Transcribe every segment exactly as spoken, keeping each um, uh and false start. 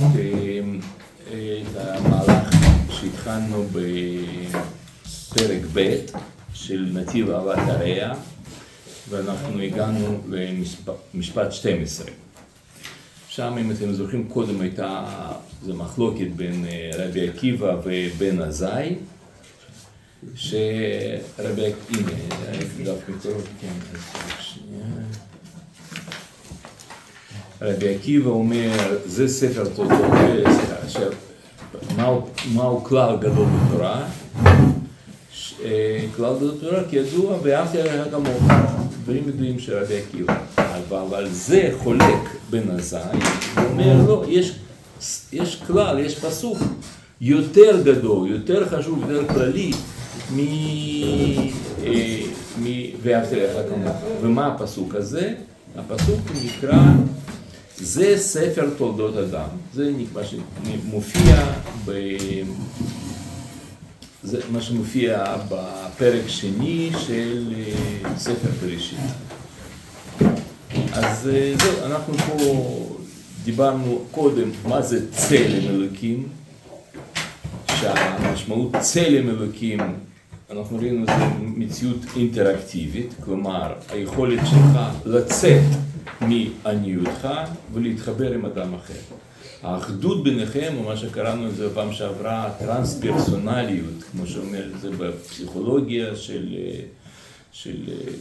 את המהלך שהתחלנו בפרק ב' של נתיב אהבת הרע, ואנחנו הגענו למשפט שתים עשרה. שם, אם אתם זוכרים, קודם הייתה זו מחלוקת בין רבי עקיבא ובן עזאי, שרבי עקיבא, הנה, דף מקורות, כן, אז שנייה. רבי עקיבא אומר, זה ספר תולדות, מהו כלל גדול בתורה? כלל גדול בתורה, כידוע, ואהבתי עליך כמוך, דברים ידועים של רבי עקיבא. אבל זה חולק בן עזאי, הוא אומר, לא, יש, יש כלל, יש פסוק יותר גדול, יותר חשוב, יותר כללי, מ... מ... ואהבתי עליך כמוך. ומה הפסוק הזה? הפסוק נקרא, זה ספר תולדות אדם. זה מה שמופיע ב... זה מה שמופיע בפרק שני של ספר בראשית. אז זהו, אנחנו פה דיברנו קודם מה זה צלם אלוקים, שהמשמעות צלם אלוקים, אנחנו ראינו את זה מציאות אינטראקטיבית, כלומר היכולת שלך לצאת מעניותך ולהתחבר עם אדם אחר. האחדות ביניכם, או מה שקראנו את זה בפעם שעברה, טרנס-פרסונליות, כמו שאומר את זה בפסיכולוגיה של, של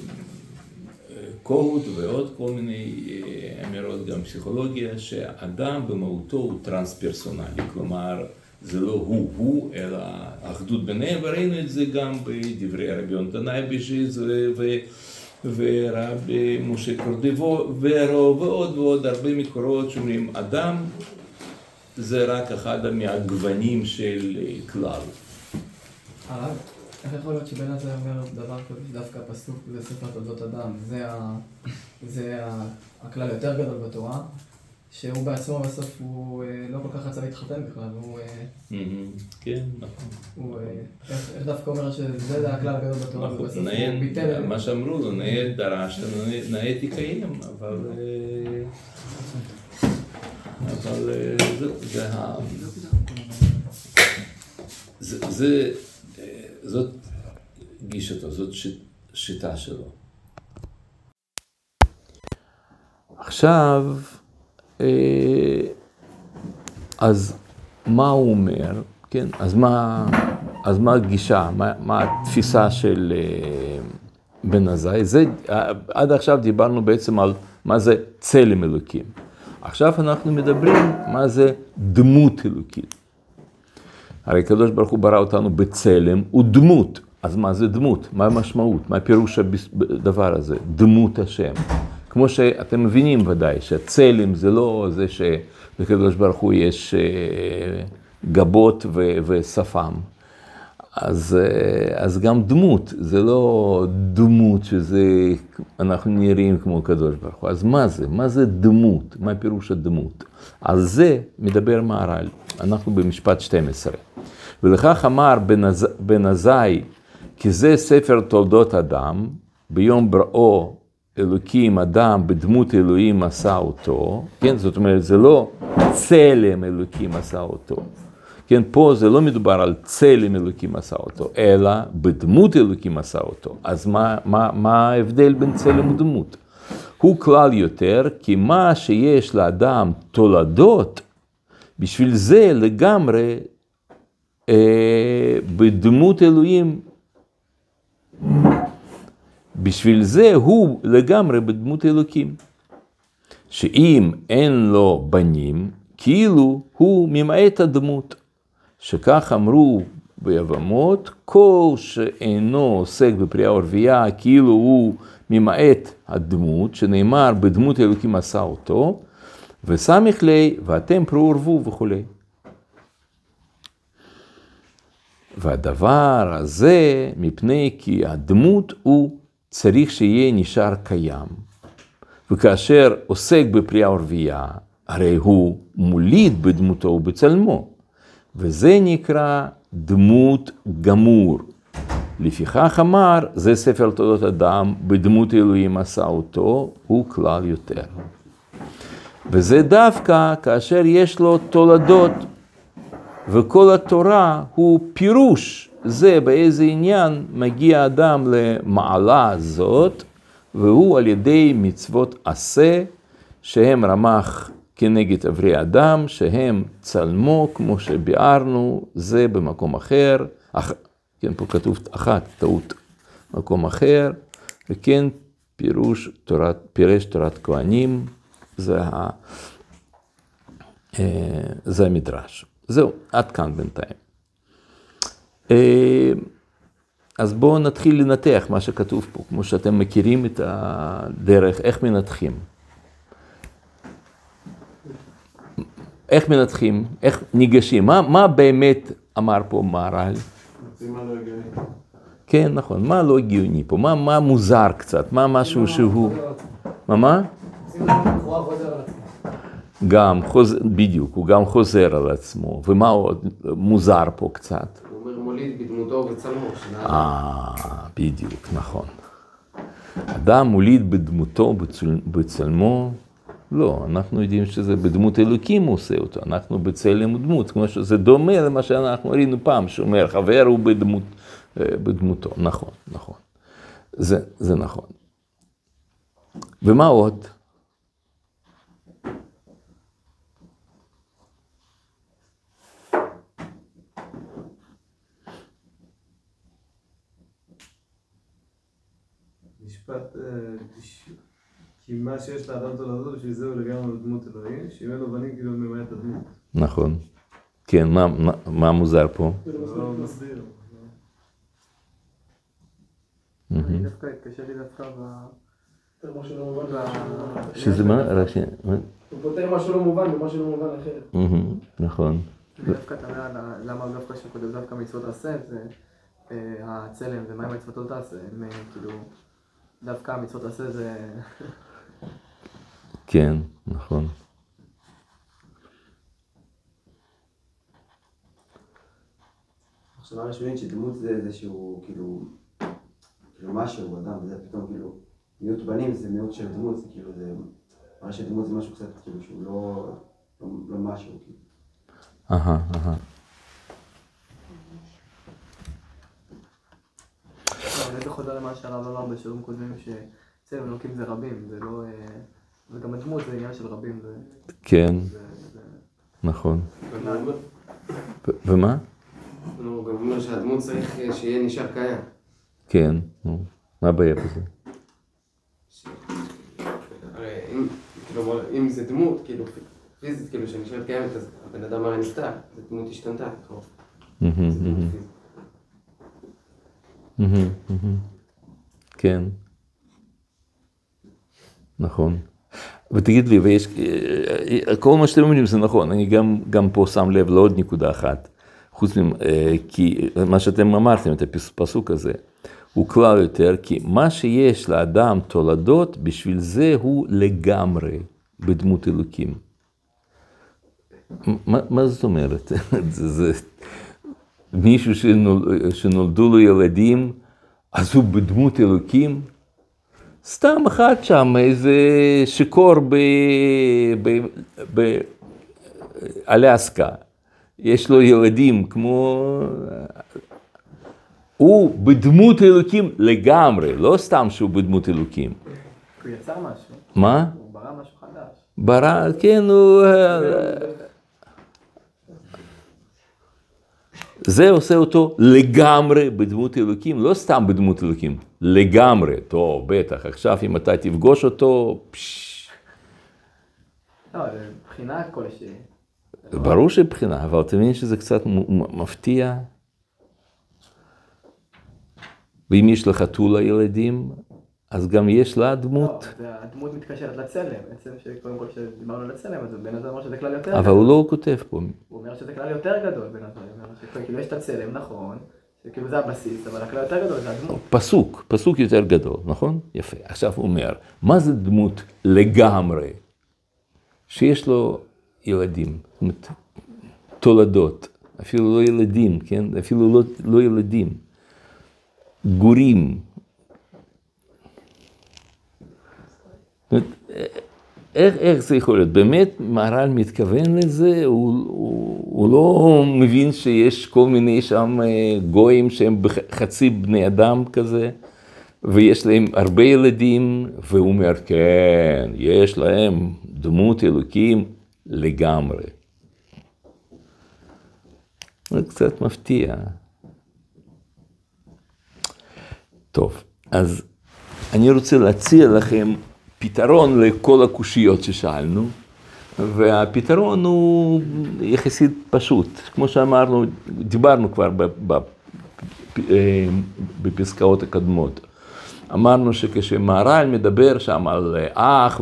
קוד ועוד כל מיני אמירות, גם פסיכולוגיה, שאדם במהותו הוא טרנס-פרסונלי, כלומר זה לא הוא-הוא, אלא האחדות ביניהם, וראינו את זה גם בדברי רבי יונתן אייבשיץ ורבי משה קורדובו ועוד ועוד הרבה מקורות שאומרים, אדם זה רק אחד מהגוונים של כלל. הרב, איך יכול להיות שבן הזה אומר דבר כזה, דווקא הפסוק זה ספר תולדות אדם, זה, ה... זה ה... הכלל יותר גדול בתורה, שהוא בעצמו בסוף הוא לא כל כך רצה להתחתן בכלל, הוא... כן, נכון. הוא... איך דווקא אומר שזה הכלל הגדול בתורה, ובסוף הוא ביטל... מה שאמרו לו, נאה דרשת, נאה תקיים, אבל... אבל זה ה... זה... זאת גישתו, זאת שיטה שלו. עכשיו, אז מה הוא אומר, כן? אז מה, אז מה הגישה, מה, מה התפיסה של בן עזאי? זה, עד עכשיו דיברנו בעצם על מה זה צלם אלוקים. עכשיו אנחנו מדברים מה זה דמות אלוקית. הרי הקדוש ברוך הוא ברא אותנו בצלם, הוא דמות. אז מה זה דמות? מה המשמעות? מה פירוש הדבר הזה? דמות השם. כמו שאתם מבינים ודאי, שהצלם זה לא זה שבקדוש ברוך הוא יש גבות ושפם. אז, אז גם דמות, זה לא דמות שזה, אנחנו נראים כמו קדוש ברוך הוא. אז מה זה? מה זה דמות? מה פירוש הדמות? על זה מדבר מהר"ל. אנחנו במשפט שתים עשרה. ולכך אמר בן עזאי, כי זה ספר תולדות אדם, ביום בראו אלוקים אדם בדמות אלוהים עשה אותו, כן? זאת אומרת, זה לא צלם אלוקים עשה אותו. כן, פה זה לא מדובר על צלם אלוקים עשה אותו, אלא בדמות אלוקים עשה אותו. אז מה, מה, מה ההבדל בין צלם ודמות? הוא כלל יותר, כי מה שיש לאדם תולדות, בשביל זה לגמרי אה, בדמות אלוהים, בשביל זה הוא לגמרי בדמות אלוקים. שאם אין לו בנים, כאילו הוא ממעט הדמות. שכך אמרו ביבמות, כל שאינו עוסק בפרייה ורבייה, כאילו הוא ממעט הדמות, שנאמר בדמות אלוקים עשה אותו, וסמיך לי, ואתם פרו ורבו וכו'. והדבר הזה, מפני כי הדמות הוא צריך שיהיה נשאר קיים. וכאשר עוסק בפרייה ורבייה, הרי הוא מוליד בדמותו ובצלמו. וזה נקרא דמות גמור. לפיכך אמר, זה ספר תולדות אדם, בדמות אלוהים עשה אותו, הוא כלל יותר. וזה דווקא כאשר יש לו תולדות, וכל התורה הוא פירוש, זה באיזה עניין מגיע אדם למעלה זאת, והוא על ידי מצוות עשה, שהם רמ"ח כנגד אברי אדם, שהם צלמו, כמו שביארנו, זה במקום אחר, אח, כן, פה כתוב אחת, טעות, מקום אחר, וכן פירוש תורת, פירש תורת כהנים, זה, ה, זה המדרש. זהו, עד כאן בינתיים. אז בואו נתחיל לנתח מה שכתוב פה, כמו שאתם מכירים את הדרך, איך מנתחים. איך מנתחים, איך ניגשים, מה, מה באמת אמר פה מהר"ל? מה לא הגיוני? כן, נכון, מה לא הגיוני פה, מה, מה מוזר קצת, מה משהו שהוא... מה, מה? גם חוזר, בדיוק, הוא גם חוזר על עצמו, ומה עוד מוזר פה קצת? הוא אומר מוליד בדמותו ובצלמו. אה, בדיוק, נכון. אדם מוליד בדמותו ובצלמו, לא, אנחנו יודעים שזה בדמות אלוקים הוא עושה אותו, אנחנו בצלם ודמות, כמו שזה דומה למה שאנחנו ראינו פעם, שאומר חבר הוא בדמות, בדמותו, נכון, נכון, זה, זה נכון. ומה עוד? משפט, כי מה שיש לאדם תולדות, בשביל זה הוא לגמרי דמות אלוהים, שאם אין לו בנים כאילו ממלא את הדמות. נכון. כן, מה, מה, מה מוזר פה? זה לא מסביר. אני דווקא התקשרתי דווקא ב... יותר משהו לא מובן. שזה מה? רק ש... הוא פותר משהו לא מובן ומשהו לא מובן אחרת. נכון. דווקא אתה יודע למה דווקא שכותב דווקא מצוות עשה, זה הצלם ומה עם מצוות לא תעשה, הם כאילו... דווקא המצוות עשה זה... כן, נכון. המחשבה הראשונית שדמות זה איזשהו כאילו, כאילו משהו, אדם, וזה פתאום כאילו, מיעוט בנים זה מיעוט של דמות, זה כאילו, זה, מראה שדמות זה משהו קצת כאילו שהוא לא, לא, לא משהו, כאילו. אהה, אהה. זה חוזר למה שהרב אמר בשיעורים קודמים שצלם אלוקים זה רבים, זה לא... וגם הדמות זה עניין של רבים. כן, נכון. ומה? הוא גם אומר שהדמות צריך שיהיה נשאר קיים. כן, נו. מה הבעיה בזה? הרי אם זה דמות, כאילו פיזית, כאילו שנשארת קיימת, אז הבן אדם הרי נפטר, זו דמות השתנתה, נכון? כן, נכון. ותגיד לי, ויש, כל מה שאתם אומרים זה נכון, אני גם, גם פה שם לב לעוד נקודה אחת, חוץ ממה, כי מה שאתם אמרתם, את הפסוק הזה, הוא כלל יותר, כי מה שיש לאדם תולדות, בשביל זה הוא לגמרי בדמות אלוקים. מה, מה זאת אומרת? זה, זה מישהו שנול, שנולדו לו ילדים, אז הוא בדמות אלוקים? סתם אחד שם, איזה שיקור באלסקה. יש לו ילדים כמו... הוא בדמות אלוקים לגמרי, לא סתם שהוא בדמות אלוקים. הוא יצר משהו. מה? הוא ברא משהו חדש. ברא, כן, הוא... זה עושה אותו לגמרי בדמות אלוקים, לא סתם בדמות אלוקים, לגמרי. טוב, בטח, עכשיו אם אתה תפגוש אותו, פשש. לא, זה מבחינה כלשהי. ברור שבחינה, אבל אתה מבין שזה קצת מפתיע. ואם יש לך חתולה ילדים, אז גם יש לה דמות. לא, הדמות מתקשרת לצלם, בעצם שקודם כל שדיברנו על הצלם, אז בן אדם אומר שזה כלל יותר גדול. אבל הוא לא כותב פה. הוא אומר שזה כלל יותר גדול, בן אדם אומר שכאילו יש את הצלם, נכון, שכאילו זה הבסיס, אבל הכלל יותר גדול זה הדמות. פסוק, פסוק יותר גדול, נכון? יפה. עכשיו הוא אומר, מה זה דמות לגמרי? שיש לו ילדים, זאת אומרת, תולדות, אפילו לא ילדים, כן? אפילו לא, לא ילדים. גורים. איך, איך זה יכול להיות? באמת, מהר"ל מתכוון לזה, הוא, הוא, הוא לא מבין שיש כל מיני שם גויים שהם חצי בני אדם כזה, ויש להם הרבה ילדים, והוא אומר, כן, יש להם דמות אלוקים לגמרי. זה קצת מפתיע. טוב, אז אני רוצה להציע לכם פתרון לכל הקושיות ששאלנו, והפתרון הוא יחסית פשוט. כמו שאמרנו, דיברנו כבר בפסקאות הקדמות. אמרנו שכשמהר"ל מדבר שם על אח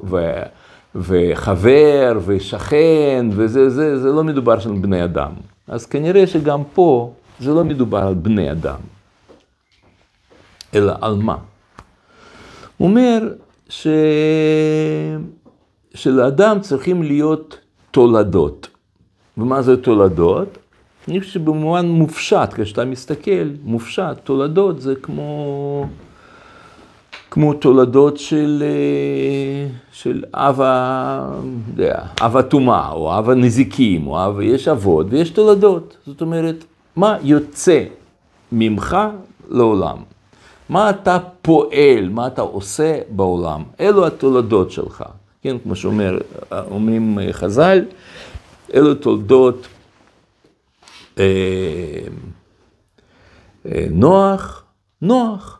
וחבר ושכן וזה, זה, זה לא מדובר של בני אדם. אז כנראה שגם פה זה לא מדובר על בני אדם, אלא על מה? הוא אומר ש... שלאדם צריכים להיות תולדות. ומה זה תולדות? אני חושב שבמובן מופשט, כשאתה מסתכל, מופשט, תולדות זה כמו, כמו תולדות של, של אבה, אבה תומה, או אבה נזיקים, או אבה, יש אבות ויש תולדות. זאת אומרת, מה יוצא ממך לעולם? מה אתה פועל, מה אתה עושה בעולם? אלו התולדות שלך. כן, כמו שאומר, אומרים חז"ל, אלו תולדות אה, אה, נוח, נוח.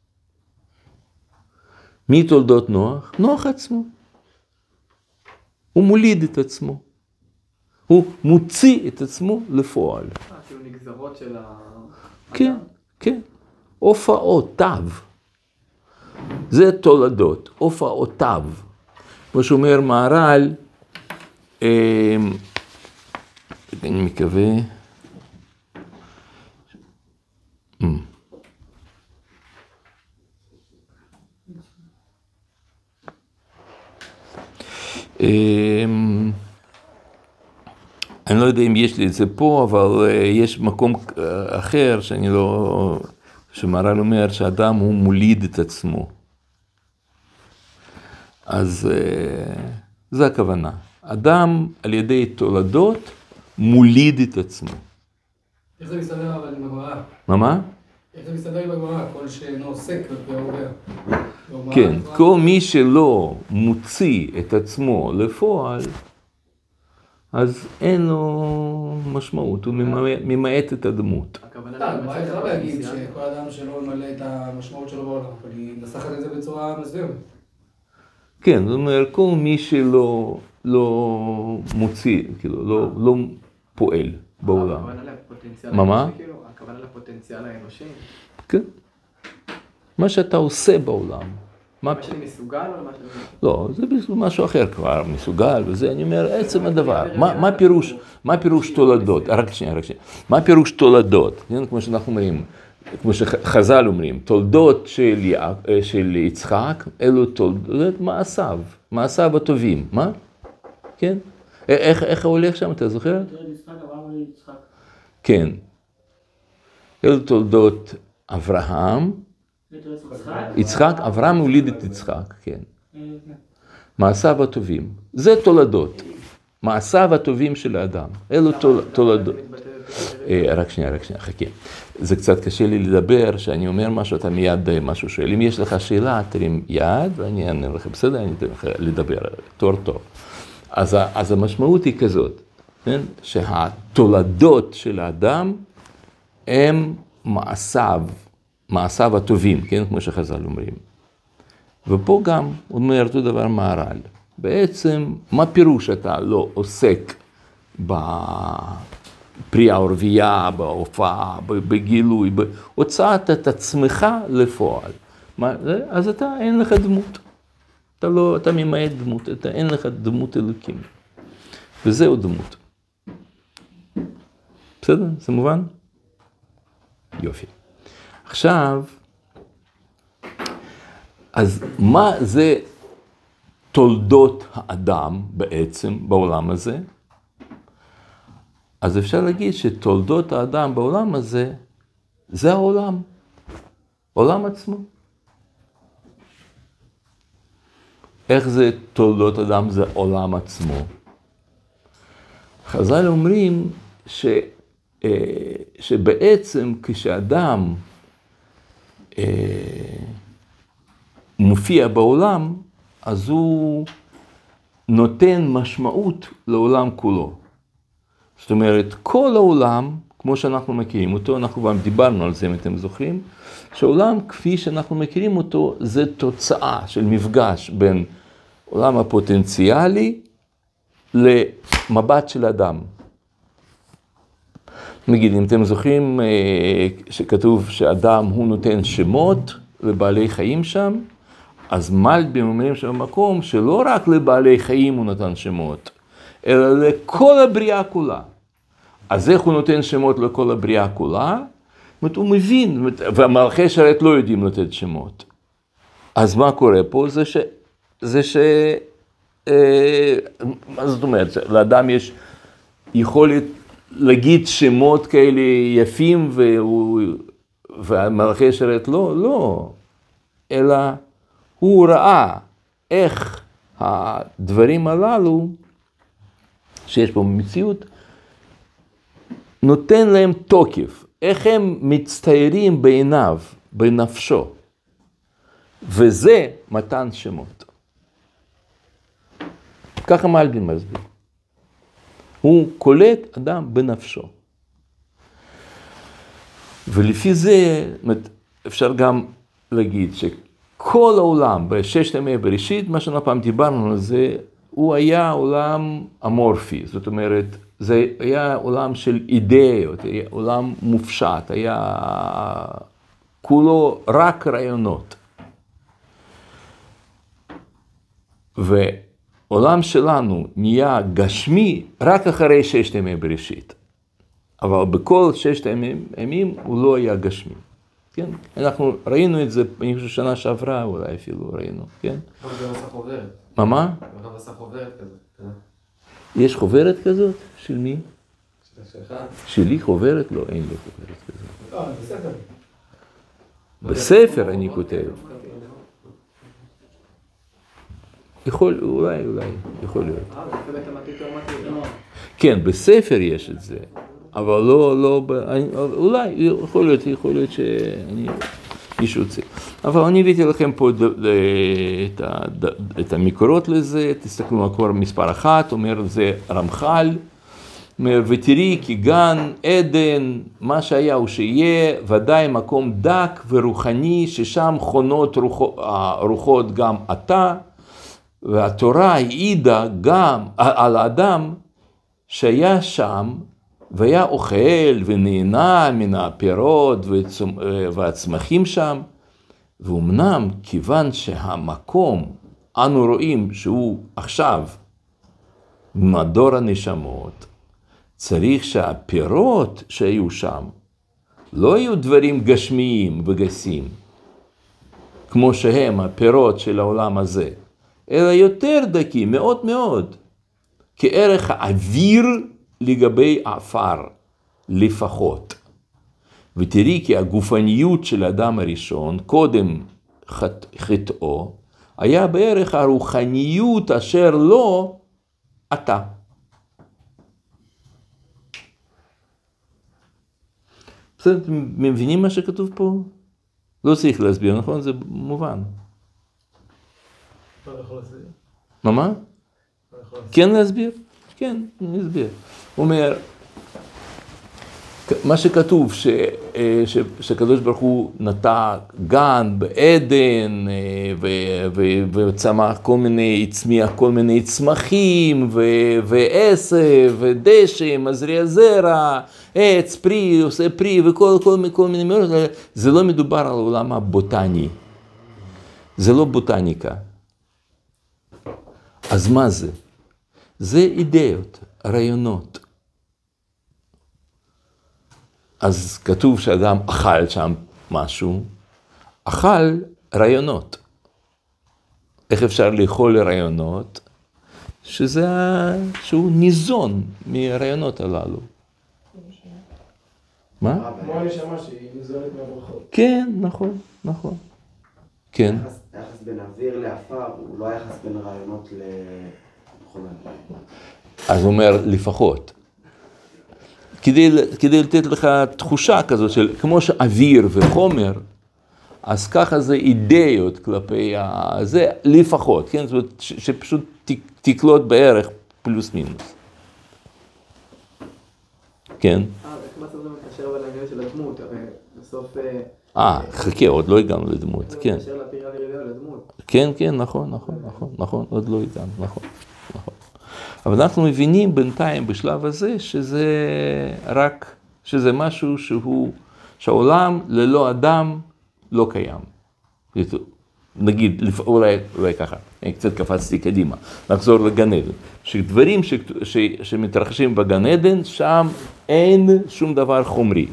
מי תולדות נוח? נוח עצמו. הוא מוליד את עצמו. הוא מוציא את עצמו לפועל. אה, כאילו נגזרות של ה... כן, כן. הופעותיו. זה תולדות, הופעותיו. כמו שאומר מהר"ל, אה, אני מקווה, אה. אני לא יודע אם יש לי את זה פה, אבל יש מקום אחר שאני לא, שמהר"ל אומר שאדם הוא מוליד את עצמו. אז זה הכוונה. אדם על ידי תולדות מוליד את עצמו. איך זה מסתדר אבל עם הגמרא? מה מה? איך זה מסתדר עם הגמרא? כל שאינו עוסק ועובר. כן, כל מי שלא מוציא את עצמו לפועל, אז אין לו משמעות, הוא ממעט את הדמות. הגמרא יכולה להגיד שכל אדם שלא ממלא את המשמעות שלו בעולם, אבל היא מנסחת את זה בצורה מסוימת. כן, זאת אומרת, כל מי שלא לא מוציא, כאילו, לא, לא פועל בעולם. הכוונה לפוטנציאל מה, מה? האנושי, כאילו? הכוונה לפוטנציאל האנושי? כן. מה שאתה עושה בעולם. מה שאני מסוגל או מה שאני... לא, זה משהו אחר כבר, מסוגל וזה, אני אומר, עצם הדבר. מה, מה פירוש, מה פירוש תולדות? רק שנייה, רק שנייה. מה פירוש תולדות? כמו שאנחנו אומרים, כמו שחז"ל אומרים, תולדות של, של יצחק, אלו תולדות מעשיו, מעשיו הטובים. מה? כן? איך, איך הולך שם, אתה זוכר? כן. אלו תולדות אברהם, יצחק, אברהם הוליד את יצחק, כן. מעשיו הטובים. זה תולדות. מעשיו הטובים של האדם. אלו תולדות. רק שנייה, רק שנייה, חכה. זה קצת קשה לי לדבר, שאני אומר משהו, אתה מיד משהו שואל. אם יש לך שאלה, תרים יד, ואני אענה לך, בסדר, אני אתן לך לדבר, תור טוב. אז, אז המשמעות היא כזאת, כן? שהתולדות של האדם הם מעשיו, מעשיו הטובים, כן? כמו שחז"ל אומרים. ופה גם אומר אותו דבר מהר"ל. בעצם, מה פירוש אתה לא עוסק בפרי הערבייה, בהופעה, בגילוי, בהוצאת את עצמך לפועל? מה, אז אתה, אין לך דמות. אתה לא, אתה ממעט דמות, אתה אין לך דמות אלוקים. וזהו דמות. בסדר? זה מובן? יופי. עכשיו, אז מה זה תולדות האדם בעצם בעולם הזה? אז אפשר להגיד שתולדות האדם בעולם הזה, זה העולם. עולם עצמו. איך זה תולדות אדם? זה עולם עצמו. חז"ל אומרים ש, שבעצם כשאדם מופיע בעולם, אז הוא נותן משמעות לעולם כולו. זאת אומרת, כל העולם, כמו שאנחנו מכירים אותו, אנחנו כבר דיברנו על זה אם אתם זוכרים, שהעולם כפי שאנחנו מכירים אותו, זה תוצאה של מפגש בין עולם הפוטנציאלי למבט של אדם. נגיד, אם אתם זוכרים שכתוב שאדם הוא נותן שמות לבעלי חיים שם, אז מלבים אומרים שבמקום שלא רק לבעלי חיים הוא נתן שמות, אלא לכל הבריאה כולה. אז איך הוא נותן שמות לכל הבריאה כולה? הוא מבין, והמלכי שרת לא יודעים לתת שמות. אז מה קורה פה? זה ש... זה ש... אה, מה זאת אומרת? לאדם יש יכולת להגיד שמות כאלה יפים, והוא... והמלכי שרת לא, לא. אלא הוא ראה איך הדברים הללו, שיש פה במציאות, נותן להם תוקף, איך הם מצטיירים בעיניו, בנפשו. וזה מתן שמות. ככה מלבין מסביר. הוא קולט אדם בנפשו. ולפי זה אפשר גם להגיד שכל העולם בששת ימי בראשית, מה שאנחנו פעם דיברנו על זה, הוא היה עולם אמורפי, זאת אומרת, זה היה עולם של אידאות, היה עולם מופשט, היה כולו רק רעיונות. ועולם שלנו נהיה גשמי רק אחרי ששת ימי בראשית. אבל בכל ששת ימים, ימים הוא לא היה גשמי. כן? אנחנו ראינו את זה, אני חושב שנה שעברה אולי אפילו ראינו, כן? אבל זה עשה חוברת. מה מה? הרב עשה חוברת כזאת. יש חוברת כזאת? של מי? שלך? שלי חוברת? לא, אין לי חוברת כזאת. לא, בסדר. בספר אני כותב. יכול, אולי, אולי, יכול להיות. אה, זה באמת המתית או מתית? כן, בספר יש את זה, אבל לא, לא, אולי, יכול להיות, יכול להיות שאני, מישהו צריך. אבל אני הבאתי לכם פה את, את המקורות לזה, תסתכלו על כבר מספר אחת, אומר זה רמח"ל, אומר ותראי כי גן עדן, מה שהיה הוא שיהיה, ודאי מקום דק ורוחני, ששם חונות רוחות, רוחות גם אתה, והתורה העידה גם על האדם שהיה שם, והיה אוכל ונהנה מן הפירות והצמחים שם, ואומנם כיוון שהמקום אנו רואים שהוא עכשיו מדור הנשמות, צריך שהפירות שהיו שם לא יהיו דברים גשמיים וגסים, כמו שהם הפירות של העולם הזה, אלא יותר דקים, מאוד מאוד, כערך האוויר לגבי האפר, לפחות. ותראי כי הגופניות של האדם הראשון, קודם חטאו, היה בערך הרוחניות אשר לא אתה. בסדר, אתם מבינים מה שכתוב פה? לא צריך להסביר, נכון? זה מובן. אתה יכול להסביר? מה מה? כן להסביר? כן, אני אסביר. הוא אומר, מה שכתוב, ש, ש, שקדוש ברוך הוא נטע גן בעדן, ו, ו, וצמח כל מיני, הצמיח כל מיני צמחים, ו, ועשב, ודשא, מזריע זרע, עץ, פרי, עושה פרי, וכל כל, כל מיני מאוד, זה לא מדובר על העולם הבוטני. זה לא בוטניקה. אז מה זה? זה אידאות, רעיונות. אז כתוב שאדם אכל שם משהו, אכל רעיונות. איך אפשר לאכול לרעיונות? שזה, שהוא ניזון מהרעיונות הללו. מה? כמו הנשמה שהיא ניזונת מהברכות. כן, נכון, נכון. כן. היחס, היחס בין אוויר לאפר הוא לא היחס בין רעיונות לחומר. אז הוא אומר לפחות. כדי, כדי לתת לך תחושה כזאת של כמו שאוויר וחומר, אז ככה זה אידאיות כלפי זה לפחות, כן? זאת אומרת ש, שפשוט תקלוט בערך פלוס מינוס. כן? אה, איך בסוף זה מתקשר אבל לעניין של הדמות, הרי בסוף... אה, חכה, עוד לא הגענו לדמות, כן. זה מתקשר לפירה לריביה לדמות. כן, כן, נכון, נכון, נכון, נכון, עוד לא הגענו, נכון, נכון. אבל אנחנו מבינים בינתיים בשלב הזה שזה רק, שזה משהו שהוא, שהעולם ללא אדם לא קיים. נגיד, אולי, אולי ככה, אני קצת קפצתי קדימה, נחזור לגן עדן. שדברים ש, ש, שמתרחשים בגן עדן, שם אין שום דבר חומרי.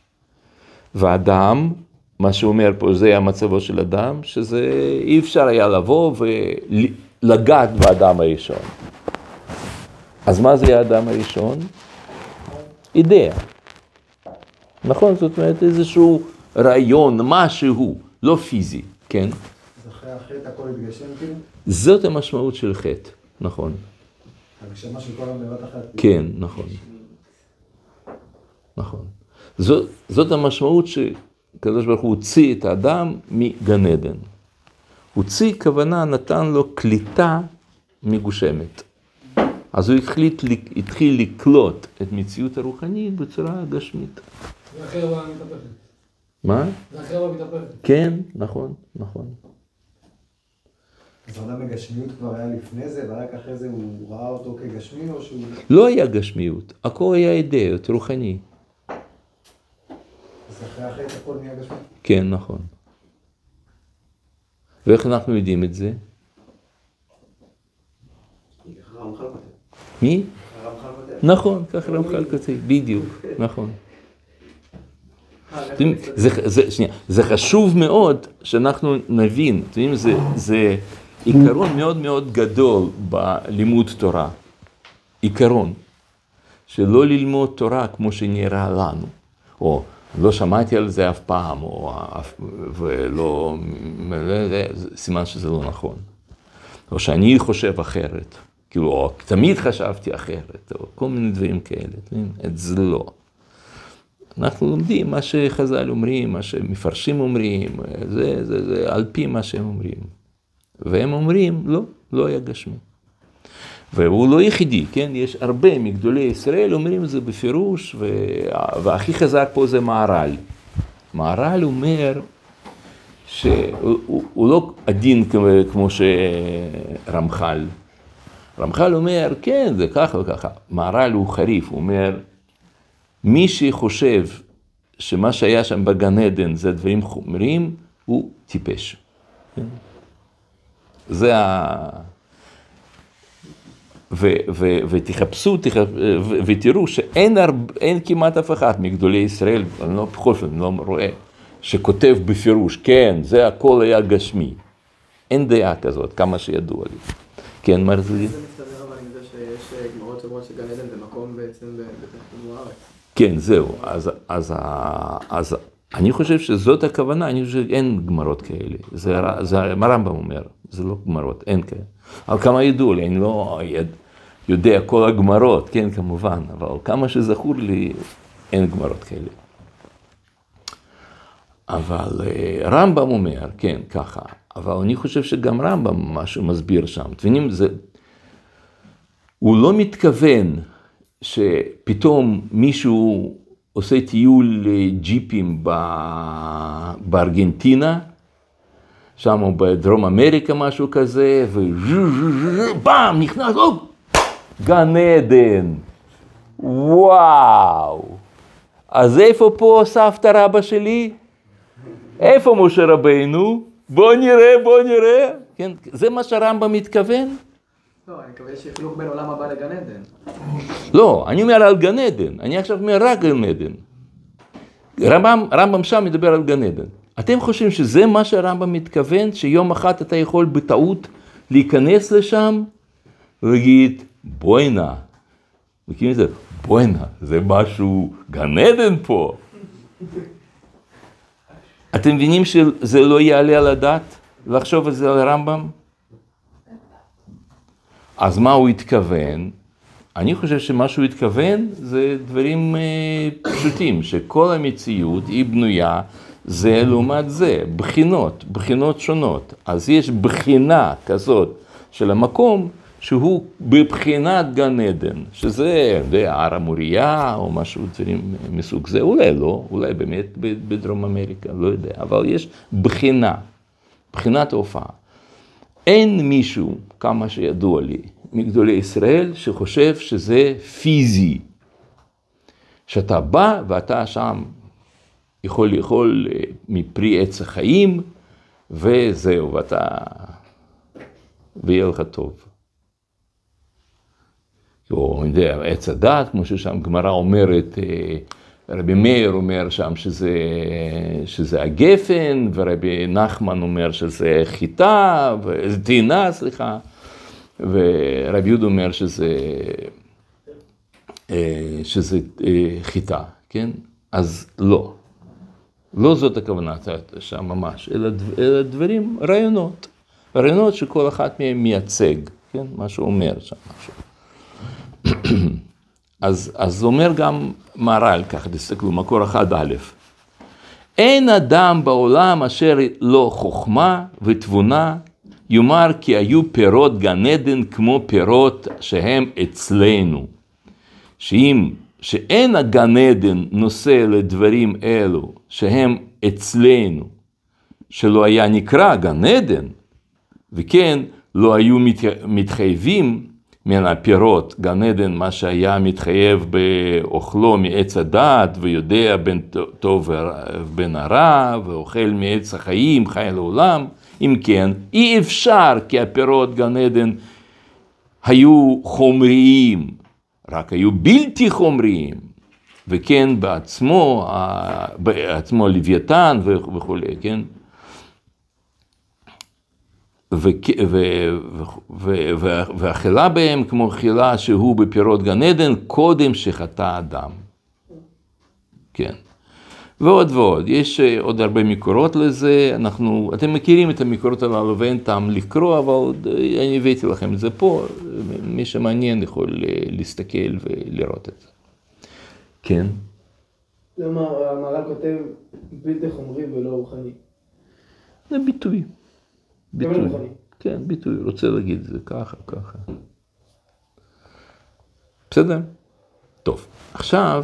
ואדם, מה שאומר פה, זה המצבו של אדם, שזה אי אפשר היה לבוא ולגעת באדם הראשון. אז מה זה האדם הראשון? אידאה. נכון? זאת אומרת, איזשהו רעיון, משהו, לא פיזי, כן? אז אחרי החטא הכל התגשם כאילו? זאת המשמעות של חטא, נכון. הגשמה של כל המלאת אחת. כן, נכון. נכון. זאת, זאת המשמעות שקדוש ברוך הוא הוציא את האדם מגן עדן. הוציא כוונה, נתן לו קליטה מגושמת. אז הוא החליט, התחיל לקלוט את מציאות הרוחנית בצורה גשמית. זה החרבה מתהפכת. מה? זה החרבה מתהפכת. כן, נכון, נכון. אז האדם הגשמיות כבר היה לפני זה, ורק אחרי זה הוא ראה אותו כגשמי או שהוא... לא היה גשמיות, הכל היה אידאות, רוחני. אז אחרי החטא הכל נהיה גשמי? כן, נכון. ואיך אנחנו יודעים את זה? ככה רמח"ל כותב. מי? ככה רמח"ל כותב. נכון, ככה רמח"ל כותב, בדיוק, נכון. זה, זה, שנייה, זה חשוב מאוד שאנחנו נבין, זה, זה עיקרון מאוד מאוד גדול בלימוד תורה. עיקרון, שלא ללמוד תורה כמו שנראה לנו, או לא שמעתי על זה אף פעם, או ולא, סימן שזה לא נכון. או שאני חושב אחרת, כאילו, או תמיד חשבתי אחרת, או כל מיני דברים כאלה, את זה לא. אנחנו לומדים מה שחז"ל אומרים, מה שמפרשים אומרים, זה, זה, זה על פי מה שהם אומרים. והם אומרים, לא, לא היה גשמי. והוא לא יחידי, כן? יש הרבה מגדולי ישראל אומרים את זה בפירוש, והכי חזק פה זה מהר"ל. מהר"ל אומר שהוא הוא לא עדין כמו שרמח"ל. רמח"ל אומר, כן, זה ככה וככה. מהר"ל הוא חריף, הוא אומר, מי שחושב שמה שהיה שם בגן עדן זה דברים חומריים, הוא טיפש. זה ה... ו- ו- ותחפשו, תחפ... ו- ותראו שאין הרבה, אין כמעט אף אחד מגדולי ישראל, אני לא בכל זאת, אני לא רואה, שכותב בפירוש, כן, זה הכל היה גשמי. אין דעה כזאת, כמה שידוע לי. כן, מה זה? זה מסתדר אבל עם זה שיש גמרות שאומרות שגן עדן זה מקום בעצם בתחום הארץ. כן, זהו. אז, אז, אז אני חושב שזאת הכוונה, אני חושב שאין גמרות כאלה. זה, זה מה רמב"ם אומר, זה לא גמרות, אין כאלה. אבל כמה ידעו לי, אני לא יודע כל הגמרות, כן, כמובן, אבל כמה שזכור לי, אין גמרות כאלה. אבל רמב"ם אומר, כן, ככה, אבל אני חושב שגם רמב"ם משהו מסביר שם. תבינים, זה, הוא לא מתכוון שפתאום מישהו עושה טיול ג'יפים בארגנטינה, שם או בדרום אמריקה משהו כזה, ובאם, נכנס, או, גן עדן, וואו. אז איפה פה סבתא רבא שלי? איפה משה רבינו? בוא נראה, בוא נראה. כן, זה מה שהרמב"ם מתכוון? לא, אני מקווה שחילוק בין עולם הבא לגן עדן. לא, אני אומר על גן עדן, אני עכשיו אומר רק גן עדן. רמב"ם, רמב"ם שם מדבר על גן עדן. אתם חושבים שזה מה שהרמב"ם מתכוון, שיום אחד אתה יכול בטעות להיכנס לשם ולהגיד, בואי נא, מכירים את זה? בואי נא, זה משהו גן עדן פה. אתם מבינים שזה לא יעלה על הדעת? לחשוב על זה על הרמב"ם? אז מה הוא התכוון? אני חושב שמה שהוא התכוון זה דברים אה, פשוטים, שכל המציאות היא בנויה זה לעומת זה, בחינות, בחינות שונות. אז יש בחינה כזאת של המקום שהוא בבחינת גן עדן, שזה הר המוריה או משהו דברים מסוג זה, אולי לא, אולי באמת בדרום אמריקה, לא יודע, אבל יש בחינה, בחינת ההופעה. אין מישהו, כמה שידוע לי, מגדולי ישראל, שחושב שזה פיזי. שאתה בא ואתה שם יכול לאכול מפרי עץ החיים, וזהו, ואתה, ויהיה לך טוב. או, אני יודע, עץ הדת, כמו ששם גמרא אומרת, רבי מאיר אומר שם שזה, שזה הגפן, ורבי נחמן אומר שזה חיטה, וזה תאנה, סליחה, ורבי יהודה אומר שזה, שזה חיטה, כן? אז לא. לא זאת הכוונה שם ממש, אלא, אלא דברים, רעיונות. רעיונות שכל אחת מהם מייצג, כן? מה שאומר שם משהו. אז, אז אומר גם מהר"ל, ככה תסתכלו, מקור אחד א', אין אדם בעולם אשר לא חוכמה ותבונה, יאמר כי היו פירות גן עדן כמו פירות שהם אצלנו. שאם, שאין הגן עדן נושא לדברים אלו שהם אצלנו, שלא היה נקרא גן עדן, וכן לא היו מתחייבים מן הפירות, גן עדן, מה שהיה מתחייב באוכלו מעץ הדעת, ויודע בין טוב ובין הרע, ואוכל מעץ החיים, חי לעולם, אם כן, אי אפשר כי הפירות גן עדן היו חומריים, רק היו בלתי חומריים, וכן בעצמו, בעצמו לוויתן וכו', כן? והאכילה בהם כמו אכילה שהוא בפירות גן עדן קודם שחטא אדם. כן. ועוד ועוד, יש עוד הרבה מקורות לזה, אנחנו, אתם מכירים את המקורות הללו ואין טעם לקרוא, אבל אני הבאתי לכם את זה פה, מי שמעניין יכול להסתכל ולראות את זה. כן. למה המהר"ל כותב בלתי חומרי ולא רוחני? זה ביטוי. ביטוי. רוחני. כן, ביטוי, רוצה להגיד זה ככה, ככה. בסדר? טוב, עכשיו,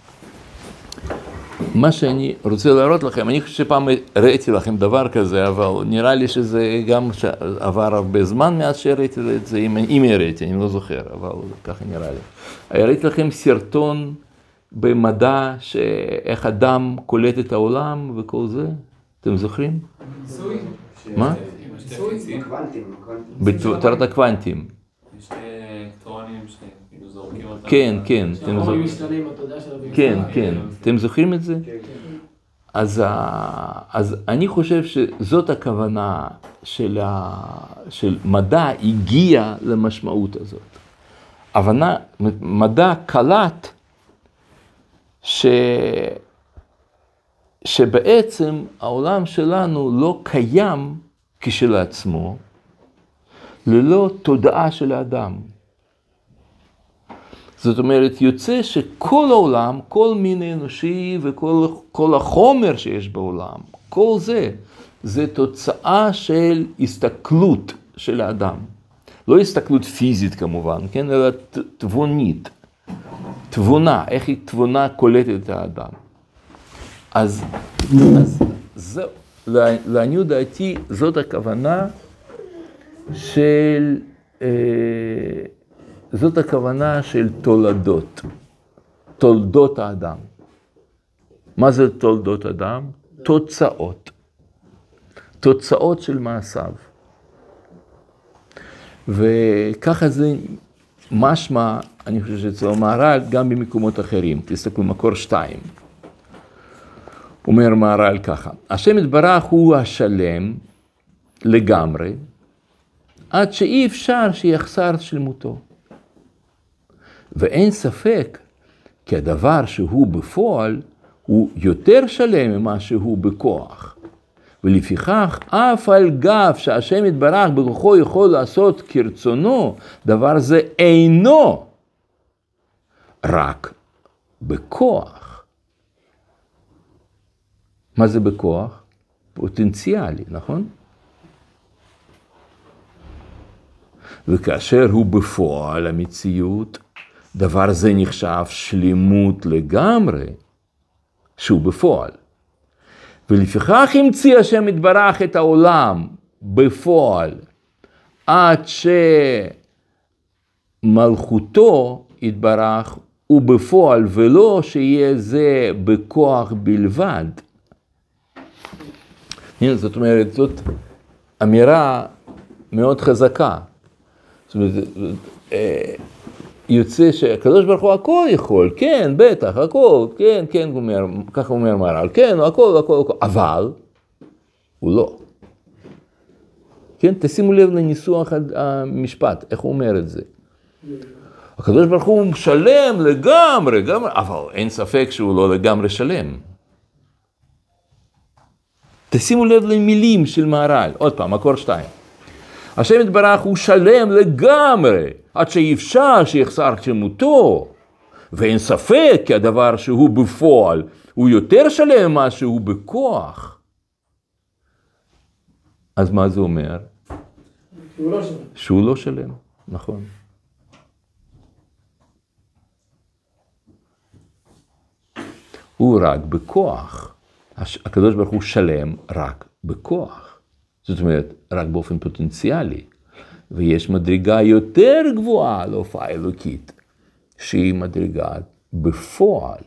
מה שאני רוצה להראות לכם, אני חושב שפעם ראיתי לכם דבר כזה, אבל נראה לי שזה גם עבר הרבה זמן מאז שהראיתי את זה, אם, אם הראיתי, אני לא זוכר, אבל ככה נראה לי. הראיתי לכם סרטון במדע, שאיך אדם קולט את העולם וכל זה, אתם זוכרים? ניסוי? מה? קוונטים, קוונטים. בתורת הקוונטים. יש אלקטרונים שכאילו זורקים אותם. כן, כן. שהחומרים משתנים, התודעה של הרבים. כן, כן. אתם זוכרים את זה? כן, כן. אז, אז אני חושב שזאת הכוונה של, ה, של מדע הגיע למשמעות הזאת. הבנה, מדע קלט ש, שבעצם העולם שלנו לא קיים כשלעצמו, ללא תודעה של האדם. זאת אומרת, יוצא שכל העולם, כל מין אנושי וכל כל החומר שיש בעולם, כל זה, זה תוצאה של הסתכלות של האדם. לא הסתכלות פיזית כמובן, כן? אלא תבונית. תבונה, איך היא תבונה קולטת את האדם. אז, אז זה, לעניות דעתי, זאת הכוונה של... אה, זאת הכוונה של תולדות, תולדות האדם. מה זה תולדות האדם? תוצאות. תוצאות של מעשיו. וככה זה משמע, אני חושב שאצלו מהר"ל, גם במקומות אחרים. תסתכלו, מקור שתיים. אומר מהר"ל ככה, השם יתברך הוא השלם לגמרי, עד שאי אפשר שיחסר שלמותו. ואין ספק כי הדבר שהוא בפועל הוא יותר שלם ממה שהוא בכוח. ולפיכך, אף על גב שהשם יתברך בכוחו יכול לעשות כרצונו, דבר זה אינו רק בכוח. מה זה בכוח? פוטנציאלי, נכון? וכאשר הוא בפועל המציאות, דבר זה נחשב שלמות לגמרי, שהוא בפועל. ולפיכך המציא השם יתברך את העולם בפועל, עד שמלכותו יתברך הוא בפועל, ולא שיהיה זה בכוח בלבד. זאת אומרת, זאת אמירה מאוד חזקה. זאת אומרת, יוצא שהקדוש ברוך הוא הכל יכול, כן, בטח, הכל, כן, כן, אומר, ככה אומר מר"ל, כן, הכל, הכל, הכל, אבל הוא לא. כן, תשימו לב לניסוח המשפט, איך הוא אומר את זה. הקדוש ברוך הוא שלם לגמרי, לגמרי, אבל אין ספק שהוא לא לגמרי שלם. תשימו לב למילים של מר"ל, עוד פעם, מקור שתיים. השם יתברך הוא שלם לגמרי, עד שאי אפשר שיחסר שלמותו, ואין ספק כי הדבר שהוא בפועל הוא יותר שלם ממה שהוא בכוח. אז מה זה אומר? שהוא לא שלם. שהוא לא שלם, נכון. הוא רק בכוח. הקדוש ברוך הוא שלם רק בכוח. זאת אומרת, רק באופן פוטנציאלי. ויש מדרגה יותר גבוהה להופעה אלוקית, שהיא מדרגה בפועל.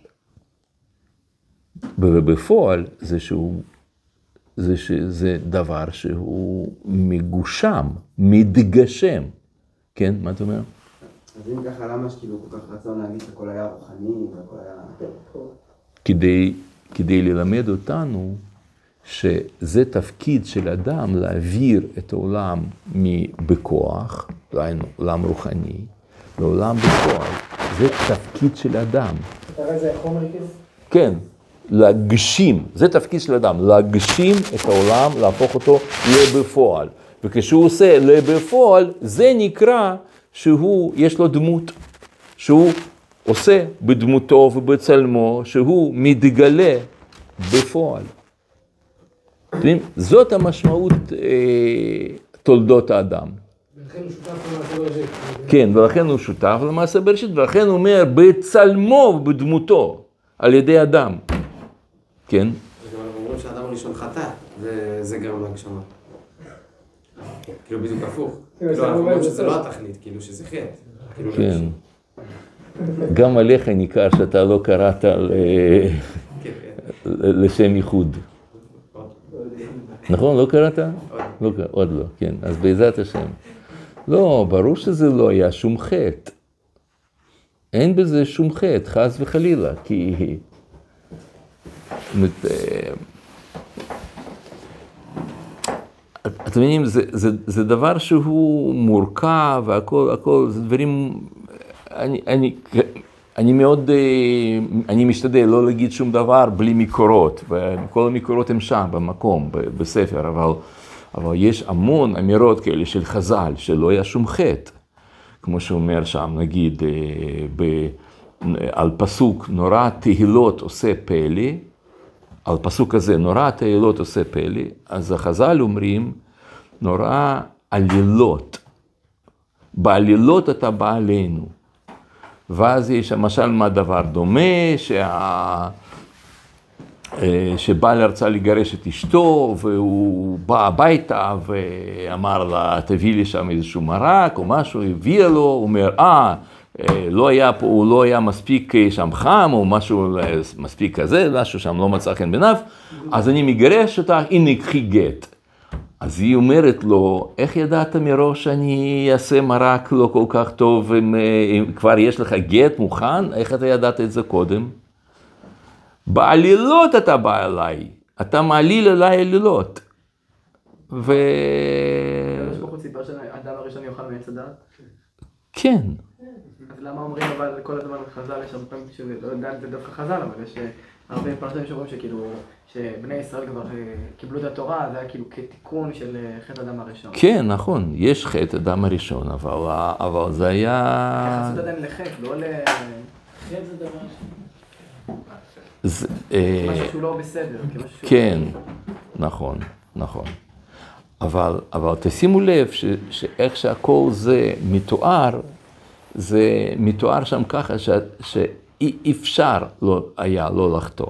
ובפועל זה שהוא, זה שזה דבר שהוא מגושם, מתגשם. כן, מה אתה אומר? אז אם ככה, למה שכאילו כל כך רצון להגיד שהכל היה רוחני והכל היה... כדי, כדי ללמד אותנו שזה תפקיד של אדם להעביר את העולם מבכוח, עולם רוחני, לעולם בפועל. זה תפקיד של אדם. אתה רואה זה חומר כאילו? כן, להגשים, זה תפקיד של אדם, להגשים את העולם, להפוך אותו לבפועל. וכשהוא עושה לבפועל, זה נקרא שהוא, יש לו דמות, שהוא עושה בדמותו ובצלמו, שהוא מתגלה בפועל. זאת המשמעות אה, תולדות האדם. ולכן הוא שותף למעשה בראשית. כן, ולכן הוא שותף למעשה בראשית, ולכן הוא אומר בצלמו ובדמותו, על ידי אדם. כן? וגם אנחנו אומרים שהאדם הראשון חטא, וזה גרם להגשמה. כאילו בדיוק הפוך. כאילו אנחנו אומרים שזה לא התכלית, כאילו שזה חטא. כן. גם עליך ניכר שאתה לא קראת לשם ייחוד. נכון? לא קראת? לא קראת, עוד לא, כן. אז בעזרת השם. לא, ברור שזה לא היה שום חטא. אין בזה שום חטא, חס וחלילה, כי... אתם מבינים, זה, זה, זה דבר שהוא מורכב, והכל, הכל, זה דברים... אני, אני, אני מאוד, אני משתדל לא להגיד שום דבר בלי מקורות, וכל המקורות הם שם, במקום, בספר, אבל, אבל יש המון אמירות כאלה של חז"ל, שלא היה שום חטא, כמו שאומר שם, נגיד, ב, על פסוק נורא תהילות עושה פלא, על פסוק הזה נורא תהילות עושה פלא, אז החז"ל אומרים, נורא עלילות, בעלילות אתה בא עלינו. ואז יש למשל מה דבר דומה, שה... שבעל רצה לגרש את אשתו, והוא בא הביתה ואמר לה, תביא לי שם איזשהו מרק או משהו, הביאה לו, הוא אומר, אה, לא היה פה, הוא לא היה מספיק שם חם, או משהו מספיק כזה, משהו שם לא מצא חן בעיניו, אז אני מגרש אותך, הנה קחי גט. אז היא אומרת לו, איך ידעת מראש שאני אעשה מרק לא כל כך טוב, אם, אם כבר יש לך גט מוכן, איך אתה ידעת את זה קודם? בעלילות אתה בא אליי, אתה מעליל אליי עלילות. ו... יש בחוץ סיפר שהאדם הראשון יאכל מעץ הדעת? כן. אז למה אומרים אבל כל הזמן חז"ל, יש הרבה פעמים שזה לא יודע, זה דווקא חז"ל, אבל יש הרבה פרשנים שאומרים שכאילו, שבני ישראל כבר קיבלו את התורה, זה היה כאילו כתיקון של חטא אדם הראשון. כן, נכון, יש חטא אדם הראשון, אבל, אבל זה היה... התייחסות עדיין לחטא, לא ל... חטא זה דבר זה, משהו שהוא לא בסדר. כן, נכון, נכון. אבל, אבל תשימו לב ש, שאיך שהכל זה מתואר, זה מתואר שם ככה ש, שאי אפשר לא, היה לא לחטוא.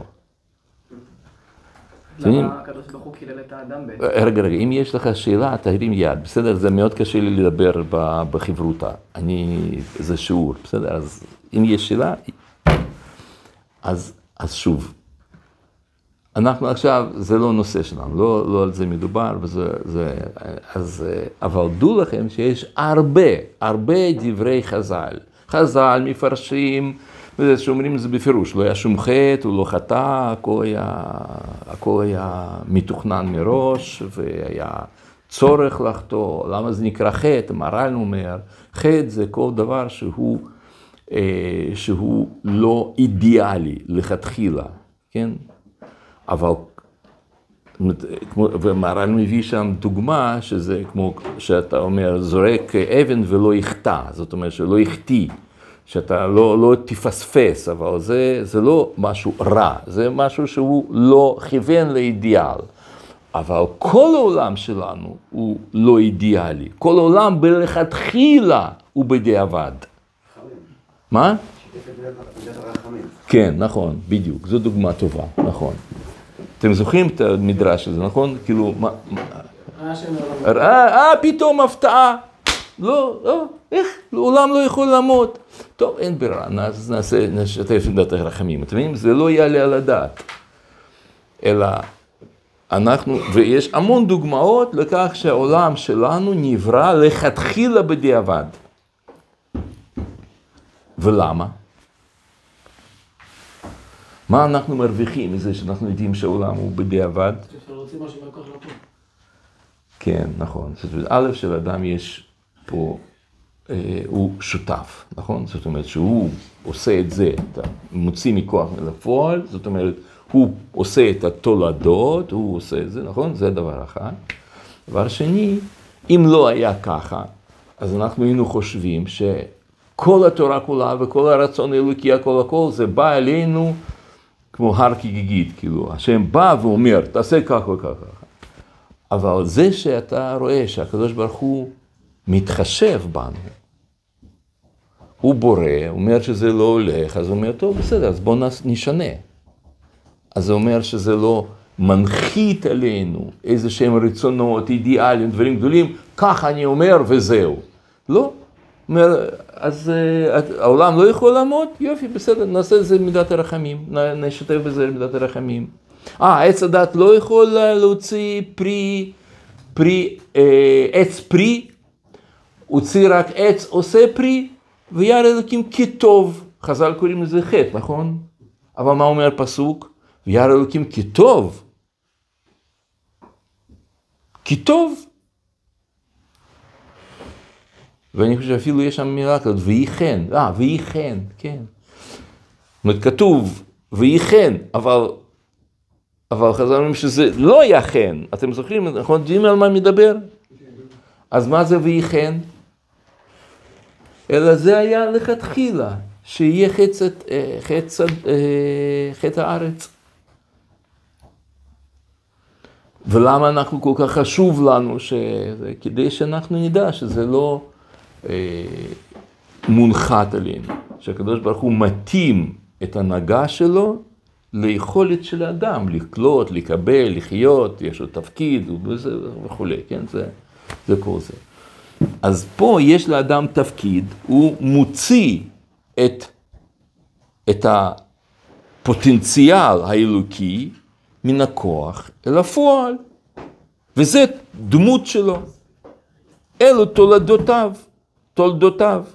למה הקדוש ברוך הוא קילל את האדם בעצם? רגע, רגע, אם יש לך שאלה, תרים יד, בסדר? זה מאוד קשה לי לדבר בחברותה. אני, זה שיעור, בסדר? אז אם יש שאלה, אז, אז שוב. אנחנו עכשיו, זה לא נושא שלנו, לא, לא על זה מדובר, וזה, זה, אז, אבל דעו לכם שיש הרבה, הרבה דברי חז"ל. חז"ל מפרשים, וזה שאומרים את זה בפירוש, לא היה שום חטא, הוא לא חטא, הכל היה, הכל היה מתוכנן מראש, והיה צורך לחטוא. למה זה נקרא חטא? מרן אומר, חטא זה כל דבר שהוא, שהוא לא אידיאלי, לכתחילה, כן? אבל, ומרן מביא שם דוגמה, שזה כמו שאתה אומר, זורק אבן ולא יחטא, זאת אומרת שלא יחטיא. שאתה לא, לא תפספס, אבל זה, זה לא משהו רע, זה משהו שהוא לא כיוון לאידיאל. אבל כל העולם שלנו הוא לא אידיאלי, כל העולם בלכתחילה הוא בדיעבד. מה? כן, נכון, בדיוק, זו דוגמה טובה, נכון. אתם זוכרים את המדרש הזה, נכון? כאילו, מה... אה, פתאום הפתעה. לא, לא, איך? לעולם לא יכול לעמוד. טוב, אין ברירה, נעשה, נשתף עם דת הרחמים. אתם מבינים? זה לא יעלה על הדעת. אלא אנחנו, ויש המון דוגמאות לכך שהעולם שלנו נברא לכתחילה בדיעבד. ולמה? מה אנחנו מרוויחים מזה שאנחנו יודעים שהעולם הוא בדיעבד? אפשר להוציא משהו מהכוח לפה. כן, נכון. זאת אומרת, א' של אדם יש פה, אה, הוא שותף, נכון? זאת אומרת שהוא עושה את זה, אתה מוציא מכוח לפועל, זאת אומרת, הוא עושה את התולדות, הוא עושה את זה, נכון? זה דבר אחד. דבר שני, אם לא היה ככה, אז אנחנו היינו חושבים שכל התורה כולה וכל הרצון האלוקי, הכל הכל, זה בא אלינו כמו הר כגיגית, כאילו, השם בא ואומר, תעשה כך וכך. אבל זה שאתה רואה שהקדוש ברוך הוא מתחשב בנו, הוא בורא, אומר שזה לא הולך, אז הוא אומר, טוב, בסדר, אז בוא נשנה. אז הוא אומר שזה לא מנחית עלינו איזה שהם רצונות, אידיאליים, דברים גדולים, כך אני אומר וזהו. לא. אומר, אז uh, העולם לא יכול לעמוד? יופי, בסדר, נעשה את זה מידת הרחמים, נשתף בזה מידת הרחמים. אה, עץ הדת לא יכול להוציא פרי, פרי, אה, עץ פרי, הוציא רק עץ עושה פרי, וירא אלוקים כטוב. חז"ל קוראים לזה חטא, נכון? אבל מה אומר פסוק? וירא אלוקים כטוב. כטוב. ואני חושב שאפילו יש שם מילה כזאת, ויהי חן, אה, ויהי חן, כן. זאת אומרת, כתוב, ויהי חן, אבל, אבל חז"ל אומרים שזה לא היה חן. אתם זוכרים, נכון? יודעים על מה מדבר? אז מה זה ויהי חן? אלא זה היה לכתחילה, שיהיה חצת, חצת, חטא הארץ. ולמה אנחנו כל כך חשוב לנו, שזה, כדי שאנחנו נדע שזה לא אה, מונחת עלינו, שהקדוש ברוך הוא מתאים את הנהגה שלו ליכולת של האדם, לקלוט, לקבל, לחיות, יש לו תפקיד וכו', כן, זה, זה כל זה. אז פה יש לאדם תפקיד, הוא מוציא את, את הפוטנציאל האלוקי מן הכוח אל הפועל, וזה דמות שלו, אלו תולדותיו, תולדותיו.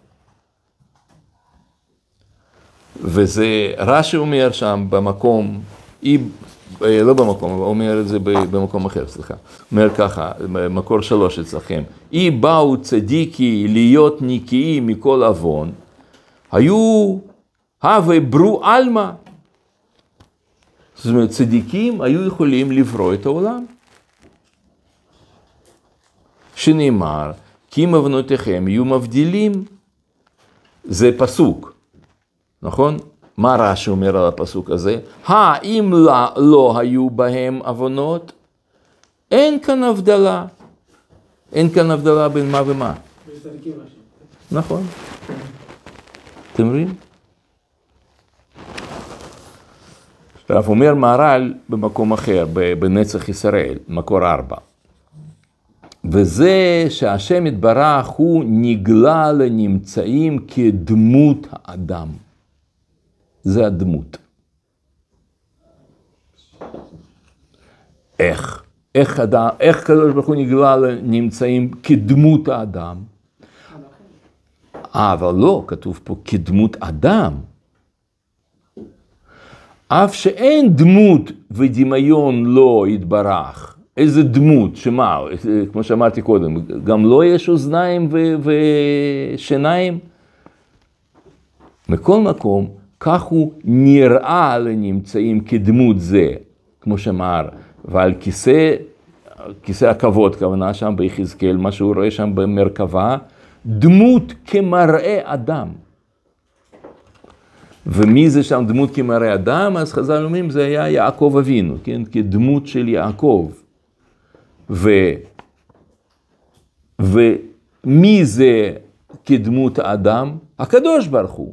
וזה רש"י אומר שם במקום, היא, לא במקום, אבל אומר את זה במקום אחר, סליחה. אומר ככה, מקור שלוש אצלכם. אי באו צדיקי להיות נקיים מכל עוון, היו הווה ברו אלמה. זאת אומרת, צדיקים היו יכולים לברוא את העולם. שנאמר, כי אם אבנותיכם יהיו מבדילים, זה פסוק, נכון? מה רש"י אומר על הפסוק הזה? האם לא, לא היו בהם אבנות? אין כאן הבדלה. אין כאן הבדלה בין מה ומה. נכון. אתם רואים? עכשיו אומר מהר"ל במקום אחר, בנצח ישראל, מקור ארבע. וזה שהשם יתברך הוא נגלה לנמצאים כדמות האדם. זה הדמות. איך? איך, אדם, איך קדוש ברוך הוא נגלה לנמצאים כדמות האדם? אבל לא, כתוב פה כדמות אדם. אף שאין דמות ודמיון לא יתברך. איזה דמות, שמה, כמו שאמרתי קודם, גם לא יש אוזניים ו- ושיניים? מכל מקום, כך הוא נראה לנמצאים כדמות זה, כמו שאמר, ועל כיסא, כיסא הכבוד, כוונה שם ביחזקאל, מה שהוא רואה שם במרכבה, דמות כמראה אדם. ומי זה שם דמות כמראה אדם? אז חז"ל אומרים, זה היה יעקב אבינו, כן? כדמות של יעקב. ו... ומי זה כדמות האדם? הקדוש ברוך הוא.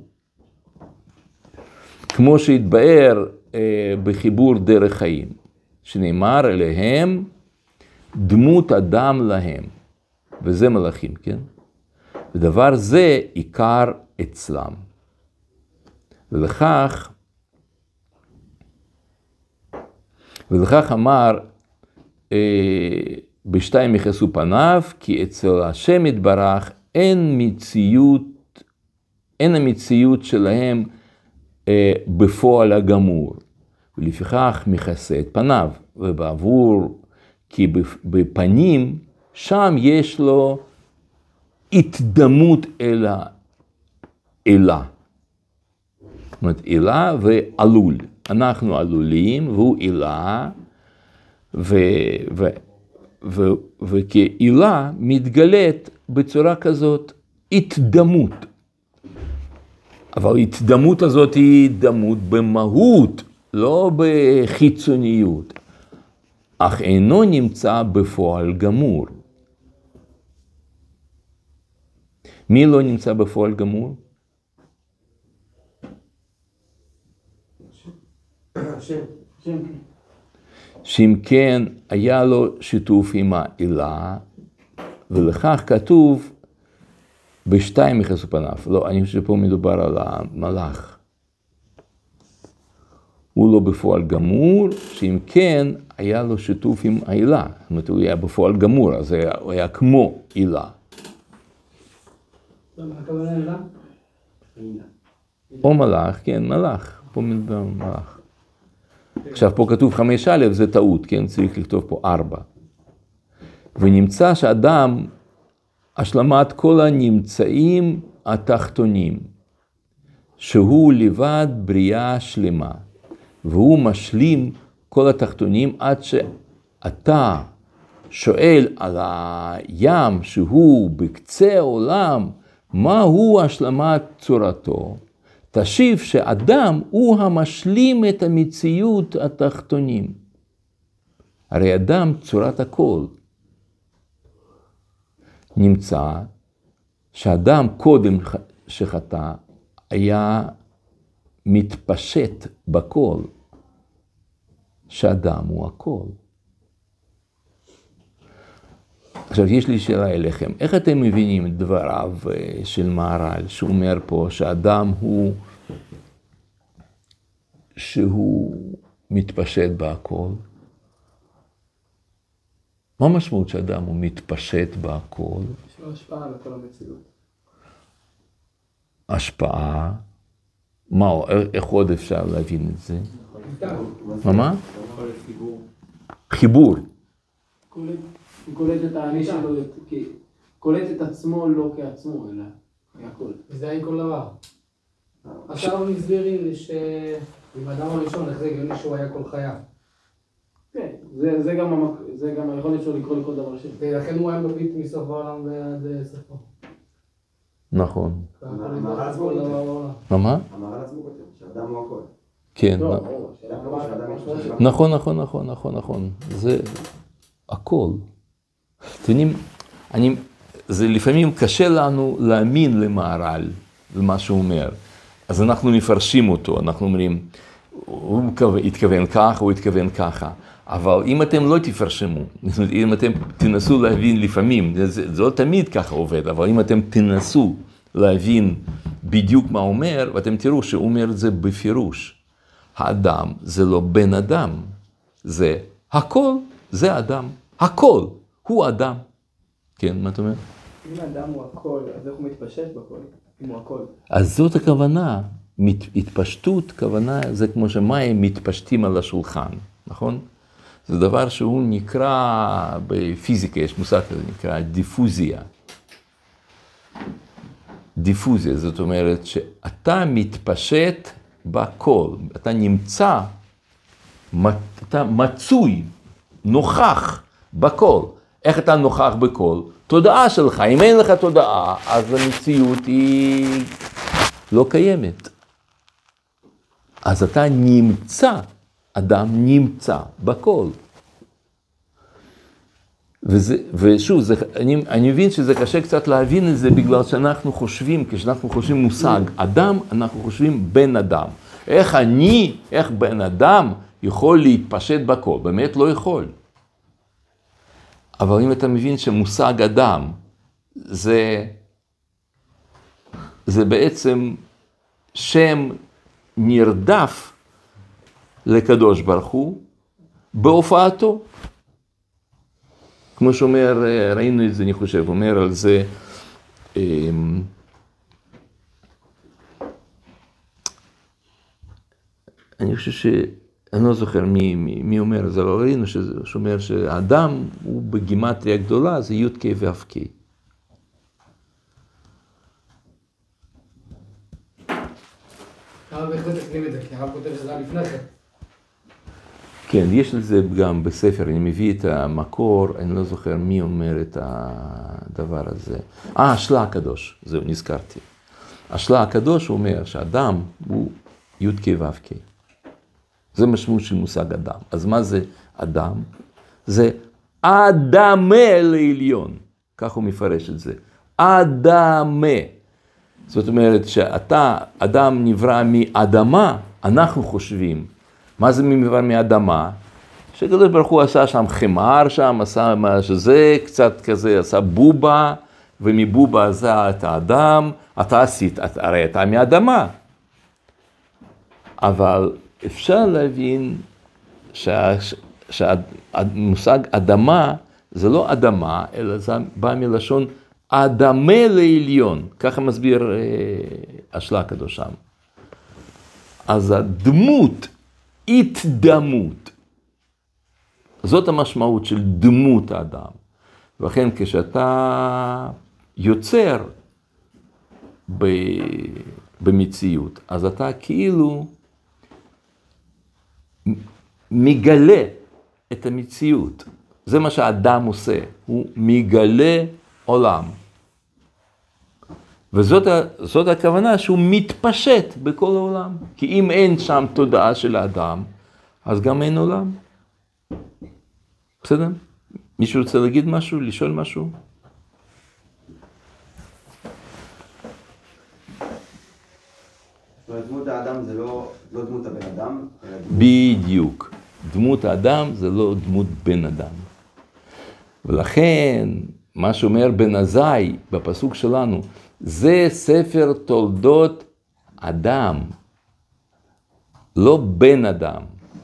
כמו שהתבאר אה, בחיבור דרך חיים, שנאמר אליהם דמות אדם להם, וזה מלאכים, כן? ודבר זה עיקר אצלם. ולכך, ולכך אמר, בשתיים יכסו פניו, כי אצל השם יתברך אין מציאות, אין המציאות שלהם בפועל הגמור. ולפיכך מכסה את פניו, ובעבור, כי בפנים, שם יש לו התדמות אל האלה. זאת אומרת, אלה ועלול. אנחנו עלולים, והוא אלה, ו, ו, ו, וכאלה מתגלית בצורה כזאת התדמות. אבל התדמות הזאת היא דמות במהות, לא בחיצוניות, אך אינו נמצא בפועל גמור. מי לא נמצא בפועל גמור? השם. השם. שאם כן היה לו שיתוף עם האלה, ולכך כתוב בשתיים יכסו פניו. לא, אני חושב שפה מדובר על המלאך. הוא לא בפועל גמור, שאם כן היה לו שיתוף עם האלה. זאת אומרת, הוא היה בפועל גמור, אז הוא היה כמו אלה. מה הכוונה אלה? או מלאך, כן, מלאך. פה מדובר על מלאך. עכשיו, פה כתוב חמש א', זה טעות, כן? צריך לכתוב פה ארבע. ונמצא שאדם, השלמת כל הנמצאים התחתונים, שהוא לבד בריאה שלמה, והוא משלים כל התחתונים עד שאתה שואל על הים שהוא בקצה העולם, מהו השלמת צורתו? תשיב שאדם הוא המשלים את המציאות התחתונים. הרי אדם צורת הכל. נמצא שאדם קודם שחטא היה מתפשט בכל, שאדם הוא הכל. עכשיו יש לי שאלה אליכם, איך אתם מבינים את דבריו של מהר"ל, שאומר פה שאדם הוא, שהוא מתפשט בהכל? מה המשמעות שאדם הוא מתפשט בהכל? יש לו השפעה על כל המציאות. השפעה? מה, איך עוד אפשר להבין את זה? מה מה? חיבור. הוא קולט את האני שלו, קולט את עצמו לא כעצמו, אלא כהכל. וזה היה כל דבר. עכשיו מסבירים עם האדם הראשון, איך זה הגיוני שהוא היה כל חיה? כן, זה, זה גם, המק... זה גם היכולת שלו לקרוא לכל דבר שני. ולכן הוא היה מביט מסוף העולם ועד סופו. נכון. המהר"ל עצמו כותב. מה מה? המהר"ל עצמו כותב, שהאדם הוא הכל. כן. לא, נ- ברור, שאלה כמו שהאדם יש לו שבע. נכון, נכון, נכון, נכון, נכון. זה הכל. אתם יודעים, אני, זה לפעמים קשה לנו להאמין למהר"ל, למה שהוא אומר. אז אנחנו מפרשים אותו, אנחנו אומרים, הוא התכוון ככה, הוא התכוון ככה. אבל אם אתם לא תפרשמו, אם אתם תנסו להבין לפעמים, זה, זה לא תמיד ככה עובד, אבל אם אתם תנסו להבין בדיוק מה הוא אומר, ואתם תראו שהוא אומר את זה בפירוש. האדם זה לא בן אדם, זה הכל, זה אדם. הכל הוא אדם. כן, מה אתה אומר? אם האדם הוא הכל, אז איך הוא מתפשט בכל? אם הוא הכל. אז זאת הכוונה, מת, התפשטות, כוונה, זה כמו שמים מתפשטים על השולחן, נכון? זה דבר שהוא נקרא, בפיזיקה יש מושג כזה, נקרא דיפוזיה. דיפוזיה, זאת אומרת שאתה מתפשט בכל, אתה נמצא, אתה מצוי, נוכח בכל. איך אתה נוכח בכל? תודעה שלך. אם אין לך תודעה, אז המציאות היא לא קיימת. אז אתה נמצא, אדם נמצא בכל. וזה, ושוב, זה, אני, אני מבין שזה קשה קצת להבין את זה, בגלל שאנחנו חושבים, כשאנחנו חושבים מושג אדם, אנחנו חושבים בן אדם. איך אני, איך בן אדם יכול להתפשט בכל? באמת לא יכול. אבל אם אתה מבין שמושג אדם, זה, זה בעצם שם נרדף לקדוש ברוך הוא בהופעתו. כמו שאומר, ראינו את זה, אני חושב, אומר על זה, אני חושב ש... אני לא זוכר מי, מי, מי אומר את זה, אבל ראינו שאומר שהאדם הוא בגימטריה גדולה, זה י' ק' ואף ק'. הרב איך מתקנים את זה? כי הרב כותב שזה היה לפני כן. כן, יש לזה גם בספר, אני מביא את המקור, אני לא זוכר מי אומר את הדבר הזה. אה, השלה הקדוש, זהו, נזכרתי. השלה הקדוש אומר שהאדם הוא י' ק' ואף ק'. זה משמעות של מושג אדם. אז מה זה אדם? זה אדמה לעליון. כך הוא מפרש את זה. אדמה. זאת אומרת שאתה, אדם נברא מאדמה, אנחנו חושבים. מה זה נברא מאדמה? שקדוש ברוך הוא עשה שם חמר שם, עשה מה שזה, קצת כזה, עשה בובה, ומבובה עשה את האדם, אתה עשית, הרי אתה מאדמה. אבל אפשר להבין שה, שהמושג אדמה זה לא אדמה, אלא זה בא מלשון אדמה לעליון. ככה מסביר אה, השלה הקדוש שם. אז הדמות, התדמות, זאת המשמעות של דמות האדם. ולכן כשאתה יוצר ב, במציאות, אז אתה כאילו מגלה את המציאות. זה מה שהאדם עושה, הוא מגלה עולם. וזאת זאת הכוונה שהוא מתפשט בכל העולם. כי אם אין שם תודעה של האדם, אז גם אין עולם. בסדר? מישהו רוצה להגיד משהו, לשאול משהו? דמות האדם זה לא, לא דמות הבן אדם, אלא דמות... בדיוק. דמות האדם זה לא דמות בן אדם. ולכן, מה שאומר בן עזאי בפסוק שלנו, זה ספר תולדות אדם, לא בן אדם.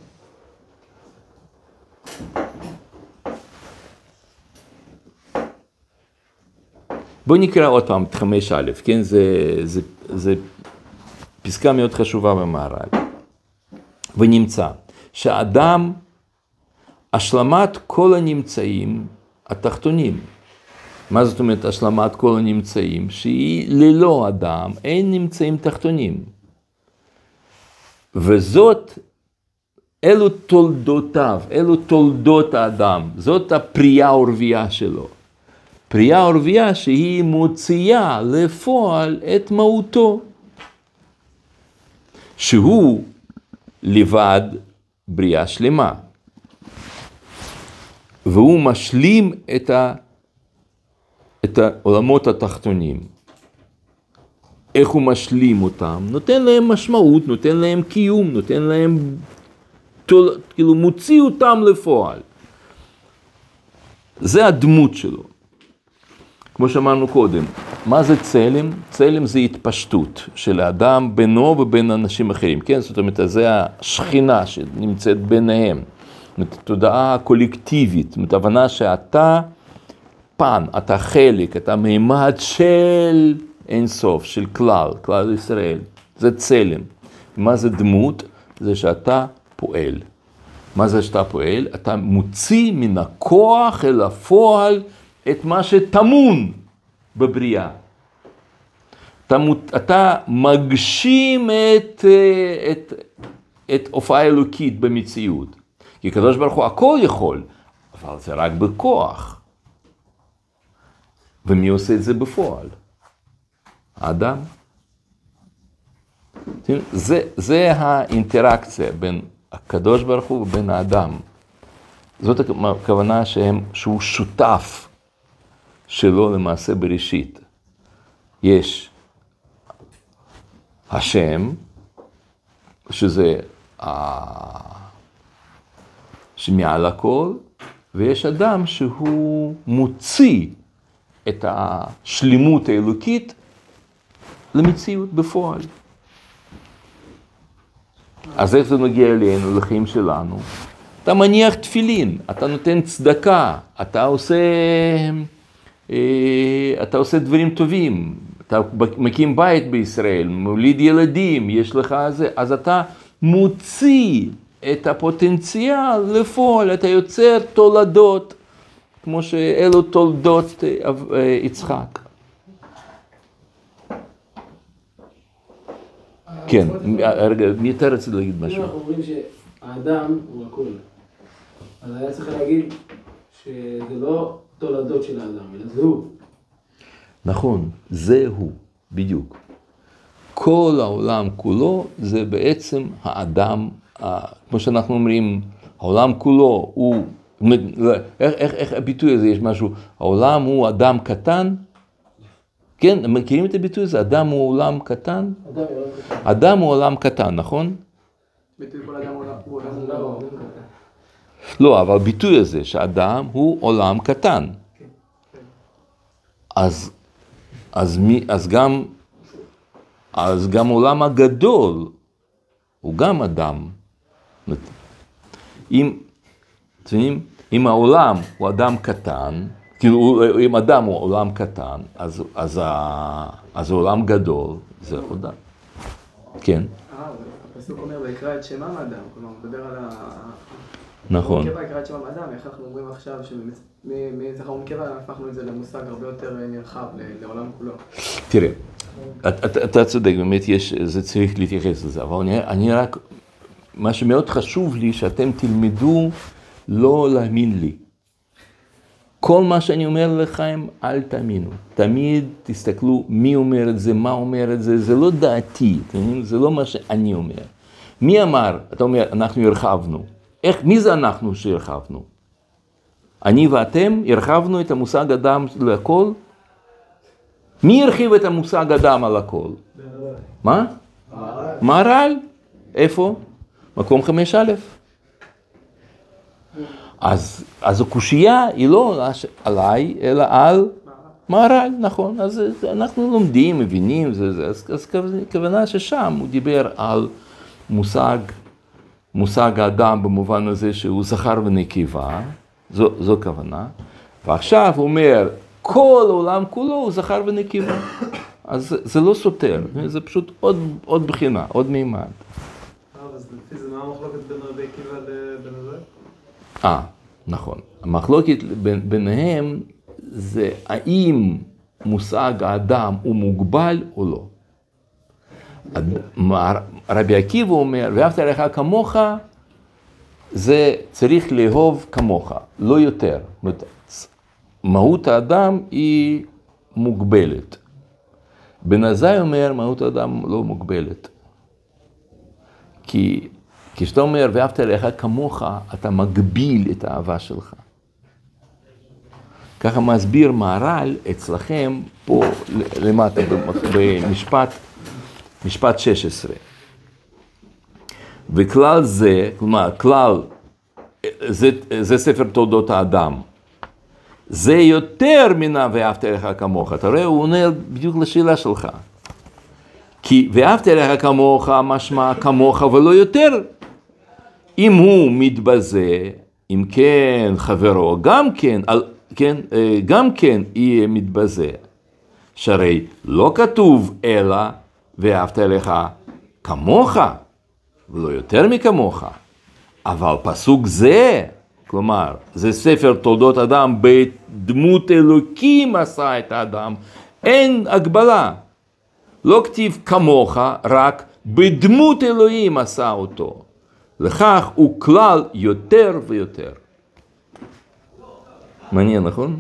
בואו נקרא עוד פעם את חמש א', כן? זה, זה, זה פסקה מאוד חשובה במהר"ל. ונמצא שהאדם השלמת כל הנמצאים התחתונים. מה זאת אומרת השלמת כל הנמצאים? שהיא ללא אדם, אין נמצאים תחתונים. וזאת, אלו תולדותיו, אלו תולדות האדם, זאת הפרייה ורבייה שלו. פרייה ורבייה שהיא מוציאה לפועל את מהותו, שהוא לבד בריאה שלמה, והוא משלים את, ה, את העולמות התחתונים. איך הוא משלים אותם? נותן להם משמעות, נותן להם קיום, נותן להם, כאילו מוציא אותם לפועל. זה הדמות שלו. כמו שאמרנו קודם, מה זה צלם? צלם זה התפשטות של האדם בינו ובין אנשים אחרים, כן? זאת אומרת, זה השכינה שנמצאת ביניהם. תודעה קולקטיבית, הבנה שאתה פן, אתה חלק, אתה מימד של אין סוף, של כלל, כלל ישראל. זה צלם. מה זה דמות? זה שאתה פועל. מה זה שאתה פועל? אתה מוציא מן הכוח אל הפועל את מה שטמון בבריאה. אתה, אתה מגשים את, את, את הופעה אלוקית במציאות. כי קדוש ברוך הוא הכל יכול, אבל זה רק בכוח. ומי עושה את זה בפועל? האדם. זה, זה האינטראקציה בין הקדוש ברוך הוא ובין האדם. זאת הכוונה שהם, שהוא שותף שלו למעשה בראשית. יש השם, שזה שמעל הכל, ויש אדם שהוא מוציא את השלימות האלוקית למציאות בפועל. אז איך זה מגיע אלינו, לחיים שלנו? אתה מניח תפילין, אתה נותן צדקה, אתה עושה, אתה עושה דברים טובים, אתה מקים בית בישראל, מוליד ילדים, יש לך זה, אז אתה מוציא את הפוטנציאל לפועל, אתה יוצר תולדות, כמו שאלו תולדות יצחק. כן, רגע, מי יותר רצית להגיד משהו? אנחנו אומרים שהאדם הוא הכל. אז היה צריך להגיד שזה לא תולדות של האדם, אלא זה הוא. נכון, זה הוא, בדיוק. כל העולם כולו זה בעצם האדם, כמו שאנחנו אומרים, העולם כולו הוא, איך, איך, איך הביטוי הזה, יש משהו, העולם הוא אדם קטן, כן, מכירים את הביטוי הזה? אדם הוא עולם קטן? אדם הוא עולם קטן, נכון? ביטוי כל אדם הוא עולם קטן. לא, אבל הביטוי הזה, שאדם הוא עולם קטן. אז, אז, מי, אז, גם, אז גם עולם הגדול הוא גם אדם. אם, אם העולם הוא אדם קטן, כאילו, אם אדם הוא עולם קטן, אז, אז, אז העולם גדול, זה עוד אדם. כן. אה, הפסוק אומר, ויקרא את שמם אדם, כלומר, מדבר על ה... נכון. ונקבה יקרא את שמם אדם, איך אנחנו אומרים עכשיו, מזכר ונקבה, הפכנו את זה למושג הרבה יותר נרחב, לעולם כולו. תראה, אתה צודק, באמת יש, זה צריך להתייחס לזה, אבל אני רק, מה שמאוד חשוב לי, שאתם תלמדו לא להאמין לי. כל מה שאני אומר לכם, אל תאמינו. תמיד תסתכלו מי אומר את זה, מה אומר את זה, זה לא דעתי, זה לא מה שאני אומר. מי אמר, אתה אומר, אנחנו הרחבנו. איך, מי זה אנחנו שהרחבנו? אני ואתם הרחבנו את המושג אדם לכל? מי הרחיב את המושג אדם על הכל? מה? מהר"ל. איפה? מקום חמש א'. אז, אז הקושייה היא לא עליי, אלא על מהר"ל, נכון. אז אנחנו לומדים, מבינים, זה, זה, אז, אז כוונה ששם הוא דיבר על מושג, מושג האדם במובן הזה שהוא זכר ונקבה, זו, זו כוונה. ועכשיו הוא אומר, כל העולם כולו הוא זכר ונקבה. אז זה, זה לא סותר, זה פשוט עוד, עוד בחינה, עוד מימד. אז לפי זה מה המחלוקת בין רבי עקיבא לבין הזה? אה, נכון. המחלוקת בין, ביניהם זה האם מושג האדם הוא מוגבל או לא. רבי עקיבא אומר, ואהבת לרעך כמוך, זה צריך לאהוב כמוך, לא יותר. מהות האדם היא מוגבלת. בן עזאי אומר, מהות האדם לא מוגבלת. כי כשאתה אומר, ואהבת לרעך כמוך, אתה מגביל את האהבה שלך. ככה מסביר מהר"ל אצלכם פה למטה, במשפט, משפט שש עשרה. וכלל זה, כלומר, כלל, זה, זה ספר תולדות האדם. זה יותר מן ואהבת לרעך כמוך. אתה רואה, הוא עונה בדיוק לשאלה שלך. כי ואהבת לרעך כמוך, משמע כמוך ולא יותר. אם הוא מתבזה, אם כן חברו, גם כן, כן, גם כן יהיה מתבזה. שהרי לא כתוב אלא ואהבת לרעך כמוך, ולא יותר מכמוך. אבל פסוק זה, כלומר, זה ספר תולדות אדם, בדמות אלוקים עשה את האדם, אין הגבלה. לא כתיב כמוך, רק בדמות אלוהים עשה אותו. לכך הוא כלל יותר ויותר. מעניין, נכון?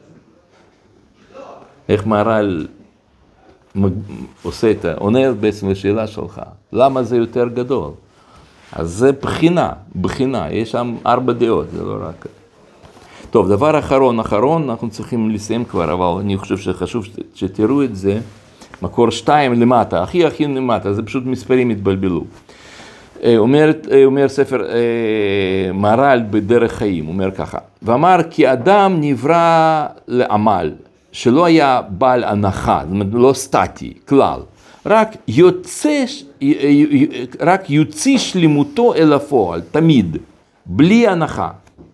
איך מהר"ל עושה את ה... עונה בעצם לשאלה שלך, למה זה יותר גדול? אז זה בחינה, בחינה, יש שם ארבע דעות, זה לא רק... טוב, דבר אחרון, אחרון, אנחנו צריכים לסיים כבר, אבל אני חושב שחשוב שתראו את זה, מקור שתיים למטה, הכי הכי למטה, זה פשוט מספרים התבלבלו. אומר, אומר ספר מהר"ל בדרך חיים, אומר ככה, ואמר כי אדם נברא לעמל, שלא היה בעל הנחה, זאת אומרת לא סטטי, כלל, רק יוצא, רק יוציא שלמותו אל הפועל, תמיד, בלי הנחה.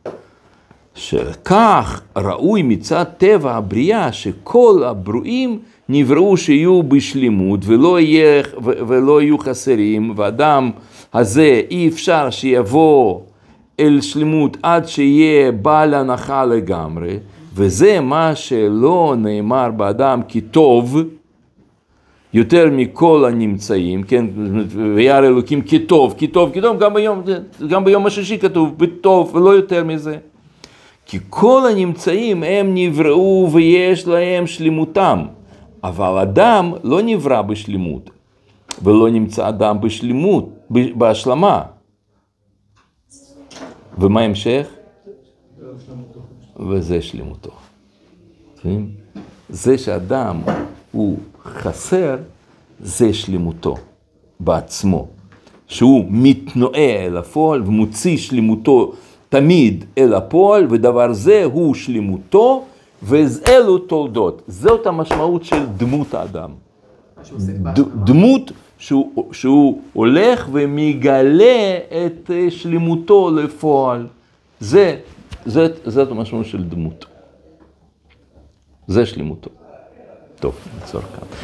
שכך ראוי מצד טבע הבריאה שכל הברואים נבראו שיהיו בשלמות ולא, יהיה, ולא יהיו חסרים, ואדם הזה אי אפשר שיבוא אל שלמות עד שיהיה בעל הנחה לגמרי, וזה מה שלא נאמר באדם כי טוב, יותר מכל הנמצאים, כן, וירא אלוקים כי טוב, כי טוב, כי טוב, גם ביום, גם ביום השישי כתוב, בטוב, ולא יותר מזה. כי כל הנמצאים הם נבראו ויש להם שלמותם, אבל אדם לא נברא בשלמות, ולא נמצא אדם בשלמות, בהשלמה. ומה המשך? וזה שלמותו. זה שאדם הוא חסר, זה שלמותו בעצמו. שהוא מתנועה אל הפועל ומוציא שלמותו תמיד אל הפועל, ודבר זה הוא שלמותו, ואלו תולדות. זאת המשמעות של דמות האדם. דמות שהוא, שהוא הולך ומגלה את שלמותו לפועל. זה, זאת, זאת המשמעות של דמות. זה שלמותו. טוב, נצור כאן.